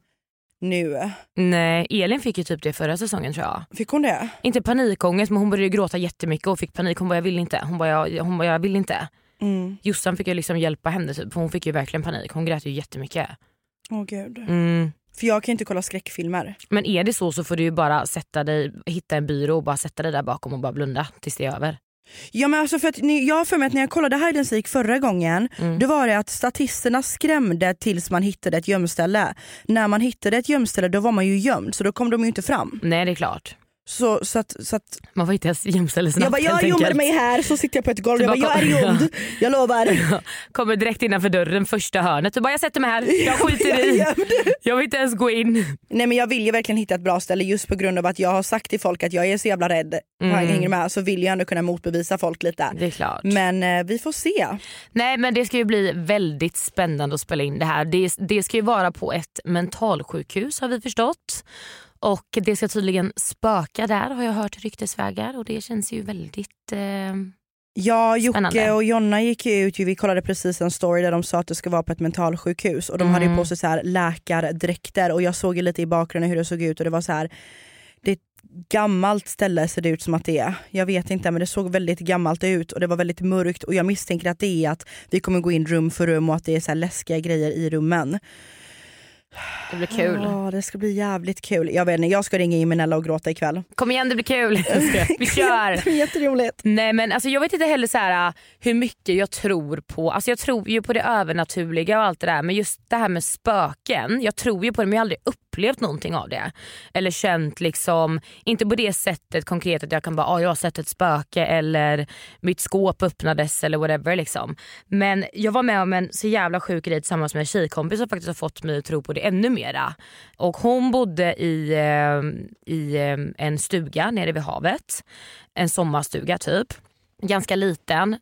[SPEAKER 5] nu.
[SPEAKER 4] Nej, Elin fick ju typ det förra säsongen tror jag.
[SPEAKER 5] Fick hon det?
[SPEAKER 4] Inte panikångest, men hon började gråta jättemycket och fick panik. Hon bara, jag vill inte. Hon bara, jag vill inte. Jossan fick ju liksom hjälpa henne typ, för hon fick ju verkligen panik. Hon grät ju jättemycket.
[SPEAKER 5] Åh gud. För jag kan inte kolla skräckfilmer.
[SPEAKER 4] Men är det så får du ju bara hitta en byrå och bara sätta dig där bakom och bara blunda tills det är över.
[SPEAKER 5] Ja, men alltså för att jag har för mig att när jag kollade hide and seek förra gången, då var det att statisterna skrämde tills man hittade ett gömställe. När man hittade ett gömställe, då var man ju gömd, så då kom de ju inte fram.
[SPEAKER 4] Nej, det är klart.
[SPEAKER 5] Så att
[SPEAKER 4] man får inte ens gömställe snabbt.
[SPEAKER 5] Jag bara, jag gömmer mig här, så sitter jag på ett golv. Jag är gömd, jag lovar.
[SPEAKER 4] Kommer direkt innanför dörren, första hörnet. Du bara, jag sätter mig här, jag skiter i. Jag vill inte ens gå in.
[SPEAKER 5] Nej, men jag vill ju verkligen hitta ett bra ställe, just på grund av att jag har sagt till folk att jag är så jävla rädd. Hänger med, så vill jag ändå kunna motbevisa folk lite.
[SPEAKER 4] Det är klart.
[SPEAKER 5] Men vi får se.
[SPEAKER 4] Nej, men det ska ju bli väldigt spännande att spela in det här. Det ska ju vara på ett mentalsjukhus, har vi förstått. Och det ska tydligen spöka där, har jag hört ryktesvägar. Och det känns ju väldigt
[SPEAKER 5] ja, Jocke
[SPEAKER 4] spännande.
[SPEAKER 5] Och Jonna gick ut, vi kollade precis en story där de sa att det ska vara på ett mentalsjukhus. Och de hade ju på sig så här läkardräkter. Och jag såg ju lite i bakgrunden hur det såg ut. Och det var så här, det är ett gammalt ställe, ser det ut som att det är. Jag vet inte, men det såg väldigt gammalt ut. Och det var väldigt mörkt. Och jag misstänker att det är att vi kommer gå in rum för rum. Och att det är så här läskiga grejer i rummen.
[SPEAKER 4] Det blir kul.
[SPEAKER 5] Ja, det ska bli jävligt kul. Jag vet inte, jag ska ringa Imenella och gråta ikväll.
[SPEAKER 4] Kom igen, det blir kul. Vi kör.
[SPEAKER 5] Det blir jätteroligt.
[SPEAKER 4] Nej, men alltså, jag vet inte heller så här, hur mycket jag tror på. Alltså, jag tror ju på det övernaturliga och allt det där. Men just det här med spöken, jag tror ju på det, men jag har aldrig upplevt någonting av det. Eller känt liksom, inte på det sättet konkret att jag kan bara, jag har sett ett spöke eller mitt skåp öppnades eller whatever liksom. Men jag var med om en så jävla sjuk grej tillsammans med en tjejkompis som faktiskt har fått mig att tro på det ännu mera. Och hon bodde i en stuga nere vid havet. En sommarstuga typ. ganska liten.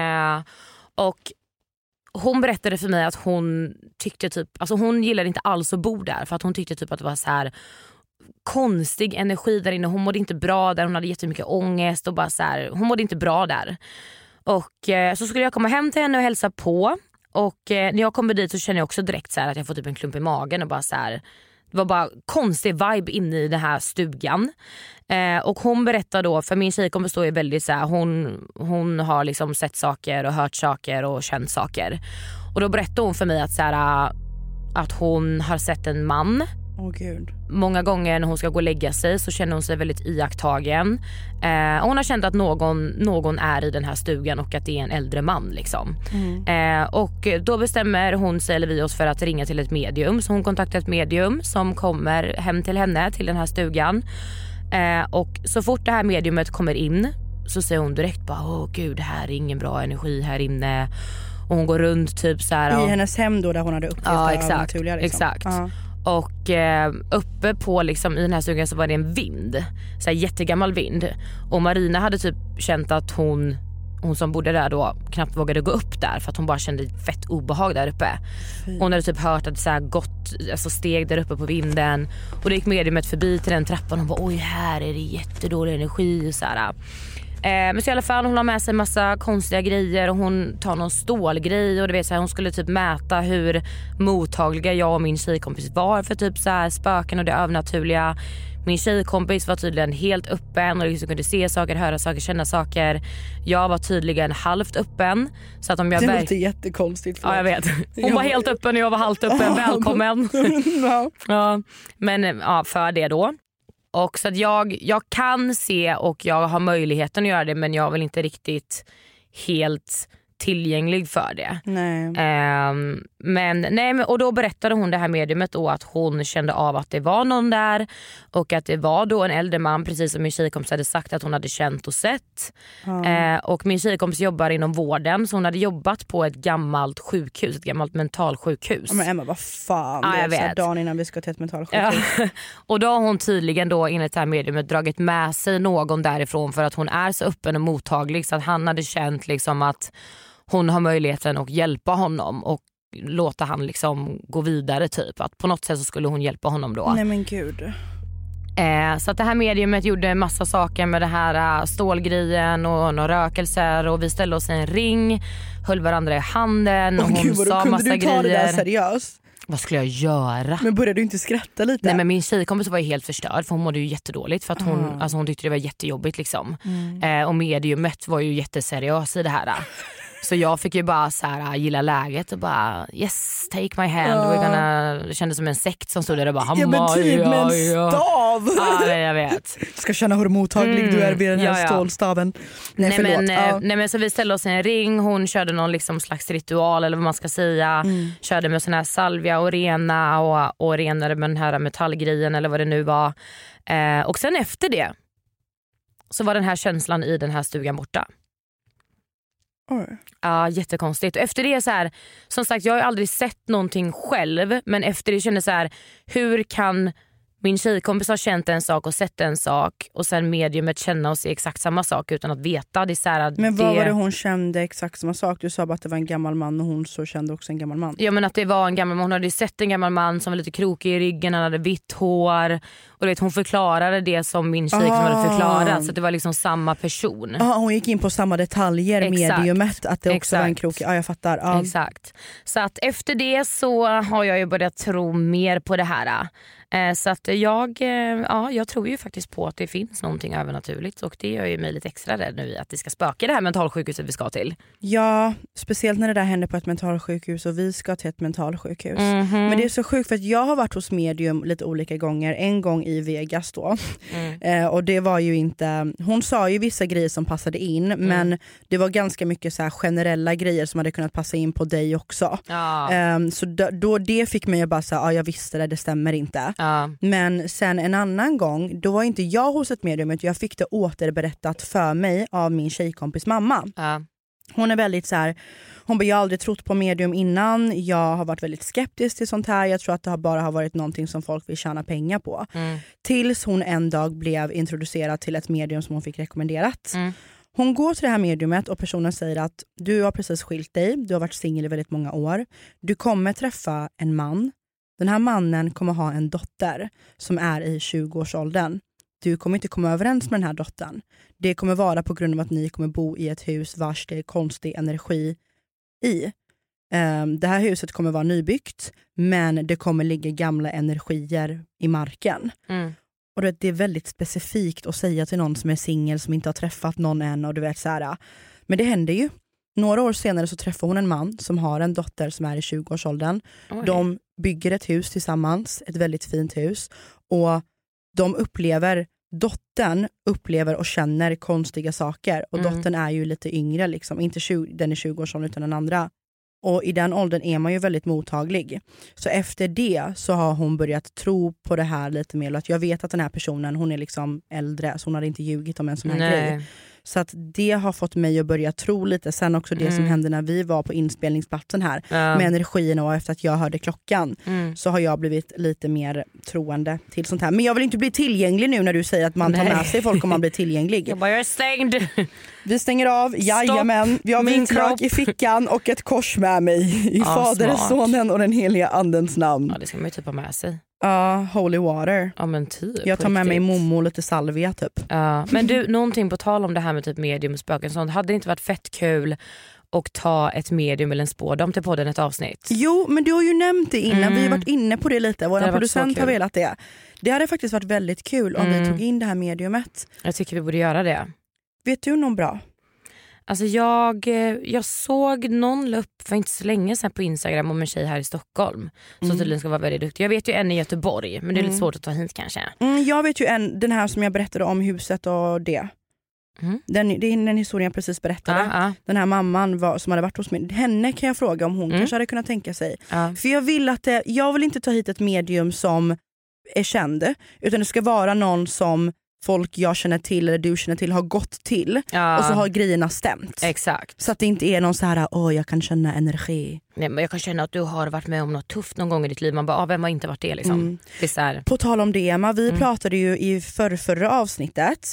[SPEAKER 4] Och hon berättade för mig att hon tyckte typ, alltså hon gillade inte alls att bo där för att hon tyckte typ att det var så här konstig energi där inne. Hon mådde inte bra där, hon hade jättemycket ångest och bara så här, hon mådde inte bra där. Och så skulle jag komma hem till henne och hälsa på. Och när jag kommer dit så känner jag också direkt så här att jag får typ en klump i magen och bara så här, det var bara konstig vibe inne i den här stugan. Och hon berättar då, för min tjejkompis då är väldigt så här, hon har liksom sett saker och hört saker och känt saker. Och då berättar hon för mig att så här, att hon har sett en man.
[SPEAKER 5] Gud.
[SPEAKER 4] Många gånger när hon ska gå och lägga sig så känner hon sig väldigt iakttagen. Och hon har känt att någon är i den här stugan och att det är en äldre man liksom. Och då bestämmer hon sig eller vi oss för att ringa till ett medium. Så hon kontaktar ett medium som kommer hem till henne till den här stugan. Och så fort det här mediumet kommer in så säger hon direkt bara, åh gud, det här är ingen bra energi här inne. Och hon går runt typ så här.
[SPEAKER 5] I hennes hem då där hon hade upplevt det övernaturliga liksom.
[SPEAKER 4] Exakt. Och uppe på liksom, i den här stugan så var det en vind, så här jättegammal vind. Och Marina hade typ känt att hon som bodde där då knappt vågade gå upp där för att hon bara kände fett obehag där uppe. Hon hade typ hört att det så här gått, alltså steg där uppe på vinden. Och det gick mediumet förbi till den trappan och bara, oj, här är det jättedålig energi så här. Men så i alla fall, hon har med sig massa konstiga grejer och hon tar någon stålgrej och du vet så här, hon skulle typ mäta hur mottagliga jag och min tjejkompis var för typ så här spöken och det övernaturliga. Min tjejkompis var tydligen helt öppen och liksom kunde se saker, höra saker, känna saker. Jag var tydligen halvt öppen. Så att om jag
[SPEAKER 5] det låter jättekonstigt.
[SPEAKER 4] Ja, jag vet. Hon var helt öppen och jag var halvt öppen. Välkommen. Ja, men ja, för det då. Och så att jag kan se och jag har möjligheten att göra det, men jag är väl inte riktigt helt tillgänglig för det.
[SPEAKER 5] Nej.
[SPEAKER 4] Men och då berättade hon det här mediumet då att hon kände av att det var någon där och att det var då en äldre man, precis som min tjejkompis hade sagt att hon hade känt och sett. Och min tjejkompis jobbar inom vården, så hon hade jobbat på ett gammalt sjukhus, ett gammalt mentalsjukhus.
[SPEAKER 5] Men Emma, vad fan,
[SPEAKER 4] ja,
[SPEAKER 5] det är
[SPEAKER 4] vet.
[SPEAKER 5] dagen innan vi ska till ett mentalsjukhus.
[SPEAKER 4] Ja. Och då har hon tydligen då enligt det här mediumet dragit med sig någon därifrån för att hon är så öppen och mottaglig, så att han hade känt liksom att hon har möjligheten att hjälpa honom och låta han liksom gå vidare typ. Att på något sätt så skulle hon hjälpa honom då.
[SPEAKER 5] Nej men gud.
[SPEAKER 4] Så att det här mediumet gjorde massa saker med det här stålgrejen och några rökelser och vi ställde oss i en ring, höll varandra i handen och hon
[SPEAKER 5] gud,
[SPEAKER 4] sa massa grejer.
[SPEAKER 5] Kunde du ta det där seriöst?
[SPEAKER 4] Vad skulle jag göra?
[SPEAKER 5] Men började du inte skratta lite?
[SPEAKER 4] Nej, men min tjejkompis var ju helt förstörd för hon mådde ju jättedåligt för att hon tyckte det var jättejobbigt liksom. Och mediumet var ju jätteseriös i det här. Så jag fick ju bara så här gilla läget och bara yes, take my hand. Det kändes som en sekt som stod där och bara
[SPEAKER 5] ja men typ med en stav.
[SPEAKER 4] Ja, jag vet.
[SPEAKER 5] Ska känna hur mottaglig du är vid den här stålstaven. Nej,
[SPEAKER 4] men så vi ställde oss i en ring. Hon körde någon liksom slags ritual eller vad man ska säga. Körde med sån här salvia och rena och renade med den här metallgrejen eller vad det nu var. Och sen efter det så var den här känslan i den här stugan borta. Ja, jättekonstigt. Efter det så här, som sagt, jag har aldrig sett någonting själv, men efter det kände så här, hur kan min tjejkompis ha känt en sak och sett en sak och sen mediumet känna och se exakt samma sak utan att veta? Det är så här,
[SPEAKER 5] men vad var det hon kände exakt samma sak? Du sa bara att det var en gammal man och hon så kände också en gammal man.
[SPEAKER 4] Ja, men att det var en gammal man. Hon hade sett en gammal man som var lite krokig i ryggen, han hade vitt hår och du vet, hon förklarade det som min tjejkompis hade förklarat, så att det var liksom samma person.
[SPEAKER 5] Hon gick in på samma detaljer, mediumet, att det också var en krokig. Ja, jag fattar.
[SPEAKER 4] Exakt. Så att efter det så har jag ju börjat tro mer på det här. Så att jag tror ju faktiskt på att det finns någonting övernaturligt och det gör ju mig lite extra rädd nu att det ska spöka det här mentalsjukhuset vi ska till.
[SPEAKER 5] Ja, speciellt när det där händer på ett mentalsjukhus och vi ska till ett mentalsjukhus. Men det är så sjukt för att jag har varit hos medium lite olika gånger. En gång i Vegas då. Och det var ju inte, hon sa ju vissa grejer som passade in, men det var ganska mycket så här generella grejer som hade kunnat passa in på dig också. Så då det fick mig att bara säga, jag visste det stämmer inte. Men sen en annan gång, då var inte jag hos ett medium, utan jag fick det återberättat för mig av min tjejkompis mamma. Hon är väldigt så här, hon bara, jag har aldrig trott på medium innan, jag har varit väldigt skeptisk till sånt här, jag tror att det bara har varit någonting som folk vill tjäna pengar på. Tills hon en dag blev introducerad till ett medium som hon fick rekommenderat. Hon går till det här mediumet och personen säger att du har precis skilt dig, du har varit singel i väldigt många år. Du kommer träffa en man. Den här mannen kommer ha en dotter som är i 20-årsåldern. Du kommer inte komma överens med den här dottern. Det kommer vara på grund av att ni kommer bo i ett hus vars det är konstig energi i. Det här huset kommer vara nybyggt, men det kommer ligga gamla energier i marken. Och det är väldigt specifikt att säga till någon som är singel som inte har träffat någon än. Och du vet, så här. Men det händer ju. Några år senare så träffar hon en man som har en dotter som är i 20-årsåldern. De bygger ett hus tillsammans, ett väldigt fint hus. Och dottern upplever och känner konstiga saker. Och dottern är ju lite yngre, liksom. Inte den är 20-årsåldern utan den andra. Och i den åldern är man ju väldigt mottaglig. Så efter det så har hon börjat tro på det här lite mer. Att jag vet att den här personen, hon är liksom äldre, så hon hade inte ljugit om en sån här grej. Så att det har fått mig att börja tro lite. Sen också det som hände när vi var på inspelningsplatsen här. Med energin, och efter att jag hörde klockan så har jag blivit lite mer troende till sånt här. Men jag vill inte bli tillgänglig nu när du säger att man tar med sig folk om man blir tillgänglig.
[SPEAKER 4] Jag är stängd.
[SPEAKER 5] Vi stänger av, jajamän. Vi har vitlök i fickan och ett kors med mig. I Fader, Sonen och den heliga andens namn.
[SPEAKER 4] Ja, det ska man ju typ ha med sig.
[SPEAKER 5] Ja, holy water.
[SPEAKER 4] Ja, men typ.
[SPEAKER 5] Jag tar med mig mommo och lite salvia typ.
[SPEAKER 4] Men du, någonting på tal om det här med typ medium och spöken, sånt, hade det inte varit fett kul och ta ett medium eller en spådom till podden, ett avsnitt? Jo, men du har ju nämnt det innan. Vi har varit inne på det lite. Vår producent har velat det. Det hade faktiskt varit väldigt kul om vi tog in det här mediumet. Jag tycker vi borde göra det. Vet du någon bra? Alltså jag såg någon la upp för inte så länge sedan på Instagram om en tjej här i Stockholm som tydligen ska vara väldigt duktig. Jag vet ju en i Göteborg, men det är lite svårt att ta hit kanske. Jag vet ju den här som jag berättade om, huset och det. Det är den historien jag precis berättade. Den här mamman som hade varit hos mig. Henne kan jag fråga om hon kanske hade kunnat tänka sig. För jag vill inte ta hit ett medium som är känd, utan det ska vara någon som folk jag känner till eller du känner till har gått till och så har grejerna stämt. Exakt. Så att det inte är någon så här, jag kan känna energi. Nej, men jag kan känna att du har varit med om något tufft någon gång i ditt liv. Man bara, vem har inte varit det liksom? Det är så här. På tal om det, Emma, vi pratade ju i förra avsnittet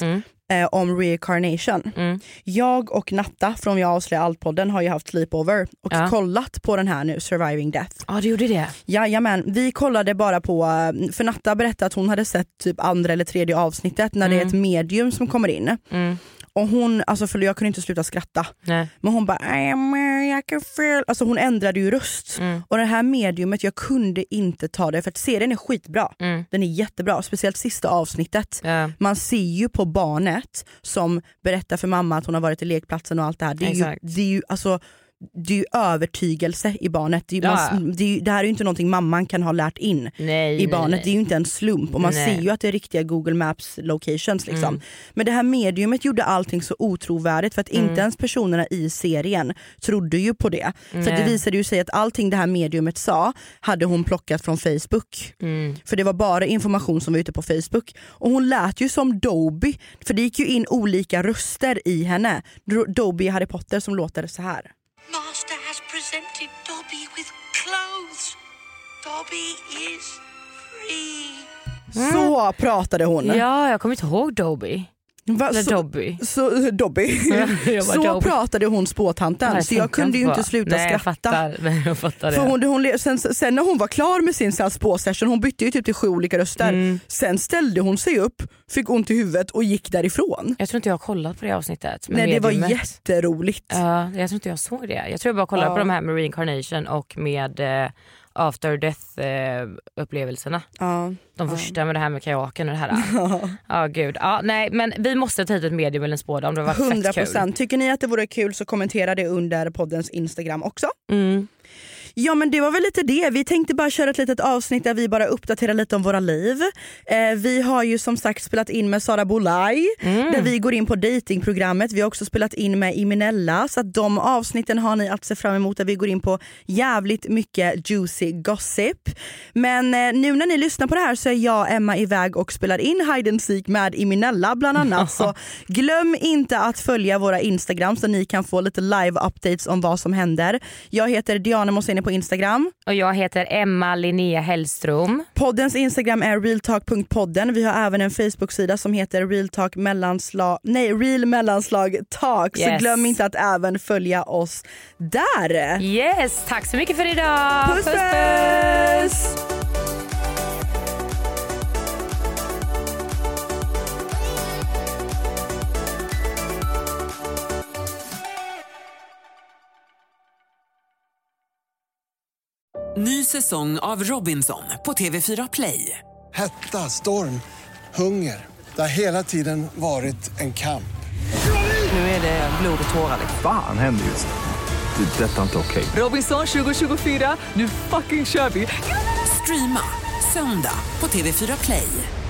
[SPEAKER 4] om reincarnation. Jag och Natta från Jag avslöjar allt-podden har ju haft sleepover och kollat på den här nu, Surviving Death. Ja, du gjorde det? Jajamän, vi kollade bara på, för Natta berättade att hon hade sett typ andra eller tredje avsnittet när det är ett medium som kommer in. Och hon, alltså för jag kunde inte sluta skratta. Nej. Men hon bara, jag kan feel. Alltså hon ändrade ju röst. Och det här mediumet, jag kunde inte ta det. För att serien är skitbra. Den är jättebra, speciellt sista avsnittet. Man ser ju på barnet som berättar för mamma att hon har varit i lekplatsen och allt det här. Det är ju alltså, det är ju övertygelse i barnet. Det här är ju inte någonting mamman kan ha lärt in i barnet. Nej. Det är ju inte en slump. Och man ser ju att det är riktiga Google Maps locations liksom. Men det här mediumet gjorde allting så otrovärdigt. För att inte ens personerna i serien trodde ju på det. För det visade ju sig att allting det här mediumet sa hade hon plockat från Facebook. För det var bara information som var ute på Facebook. Och hon lät ju som Dobby. För det gick ju in olika röster i henne. Dobby i Harry Potter som låter så här.
[SPEAKER 10] Master has presented Dobby with clothes. Dobby is free.
[SPEAKER 5] Så pratade hon.
[SPEAKER 4] Ja, jag kommer inte ihåg Dobby. Dobby.
[SPEAKER 5] Så pratade hon spåtanten. Så jag kunde ju inte sluta skratta.
[SPEAKER 4] Jag fattar det.
[SPEAKER 5] För sen när hon var klar med sin spåsession, hon bytte ju typ till 7 olika röster. Sen ställde hon sig upp, fick ont i huvudet och gick därifrån. Jag tror inte jag har kollat på det avsnittet. Nej, det var jätteroligt. Jag tror inte jag såg det. Jag tror jag bara kollade på de här med reincarnation och med after death upplevelserna. De första med det här med kajaken och det här. Gud. Nej, men vi måste ta hit ett medium eller en spådom. Det var 100%. Fett kul. Tycker ni att det vore kul så kommentera det under poddens Instagram också. Ja, men det var väl lite det. Vi tänkte bara köra ett litet avsnitt där vi bara uppdaterar lite om våra liv. Vi har ju som sagt spelat in med Sara Bolaj där vi går in på datingprogrammet. Vi har också spelat in med Iminella, så att de avsnitten har ni att se fram emot där vi går in på jävligt mycket juicy gossip. Men nu när ni lyssnar på det här så är jag Emma iväg och spelar in Hide and Seek med Iminella bland annat. Så glöm inte att följa våra Instagram så ni kan få lite live updates om vad som händer. Jag heter Diana Moseni på Instagram.
[SPEAKER 4] Och jag heter Emma Linnea Hellström.
[SPEAKER 5] Poddens Instagram är realtalk.podden. Vi har även en Facebook-sida som heter Real mellanslag talk. Så glöm inte att även följa oss där.
[SPEAKER 4] Yes, tack så mycket för idag.
[SPEAKER 5] Puss puss!
[SPEAKER 1] Ny säsong av Robinson på TV4 Play.
[SPEAKER 2] Hetta, storm, hunger. Det har hela tiden varit en kamp.
[SPEAKER 1] Nu är det blod och tårar.
[SPEAKER 3] Fan händer just det. Det är detta inte okej.
[SPEAKER 1] Robinson 2024, nu fucking kör vi. Streama söndag på TV4 Play.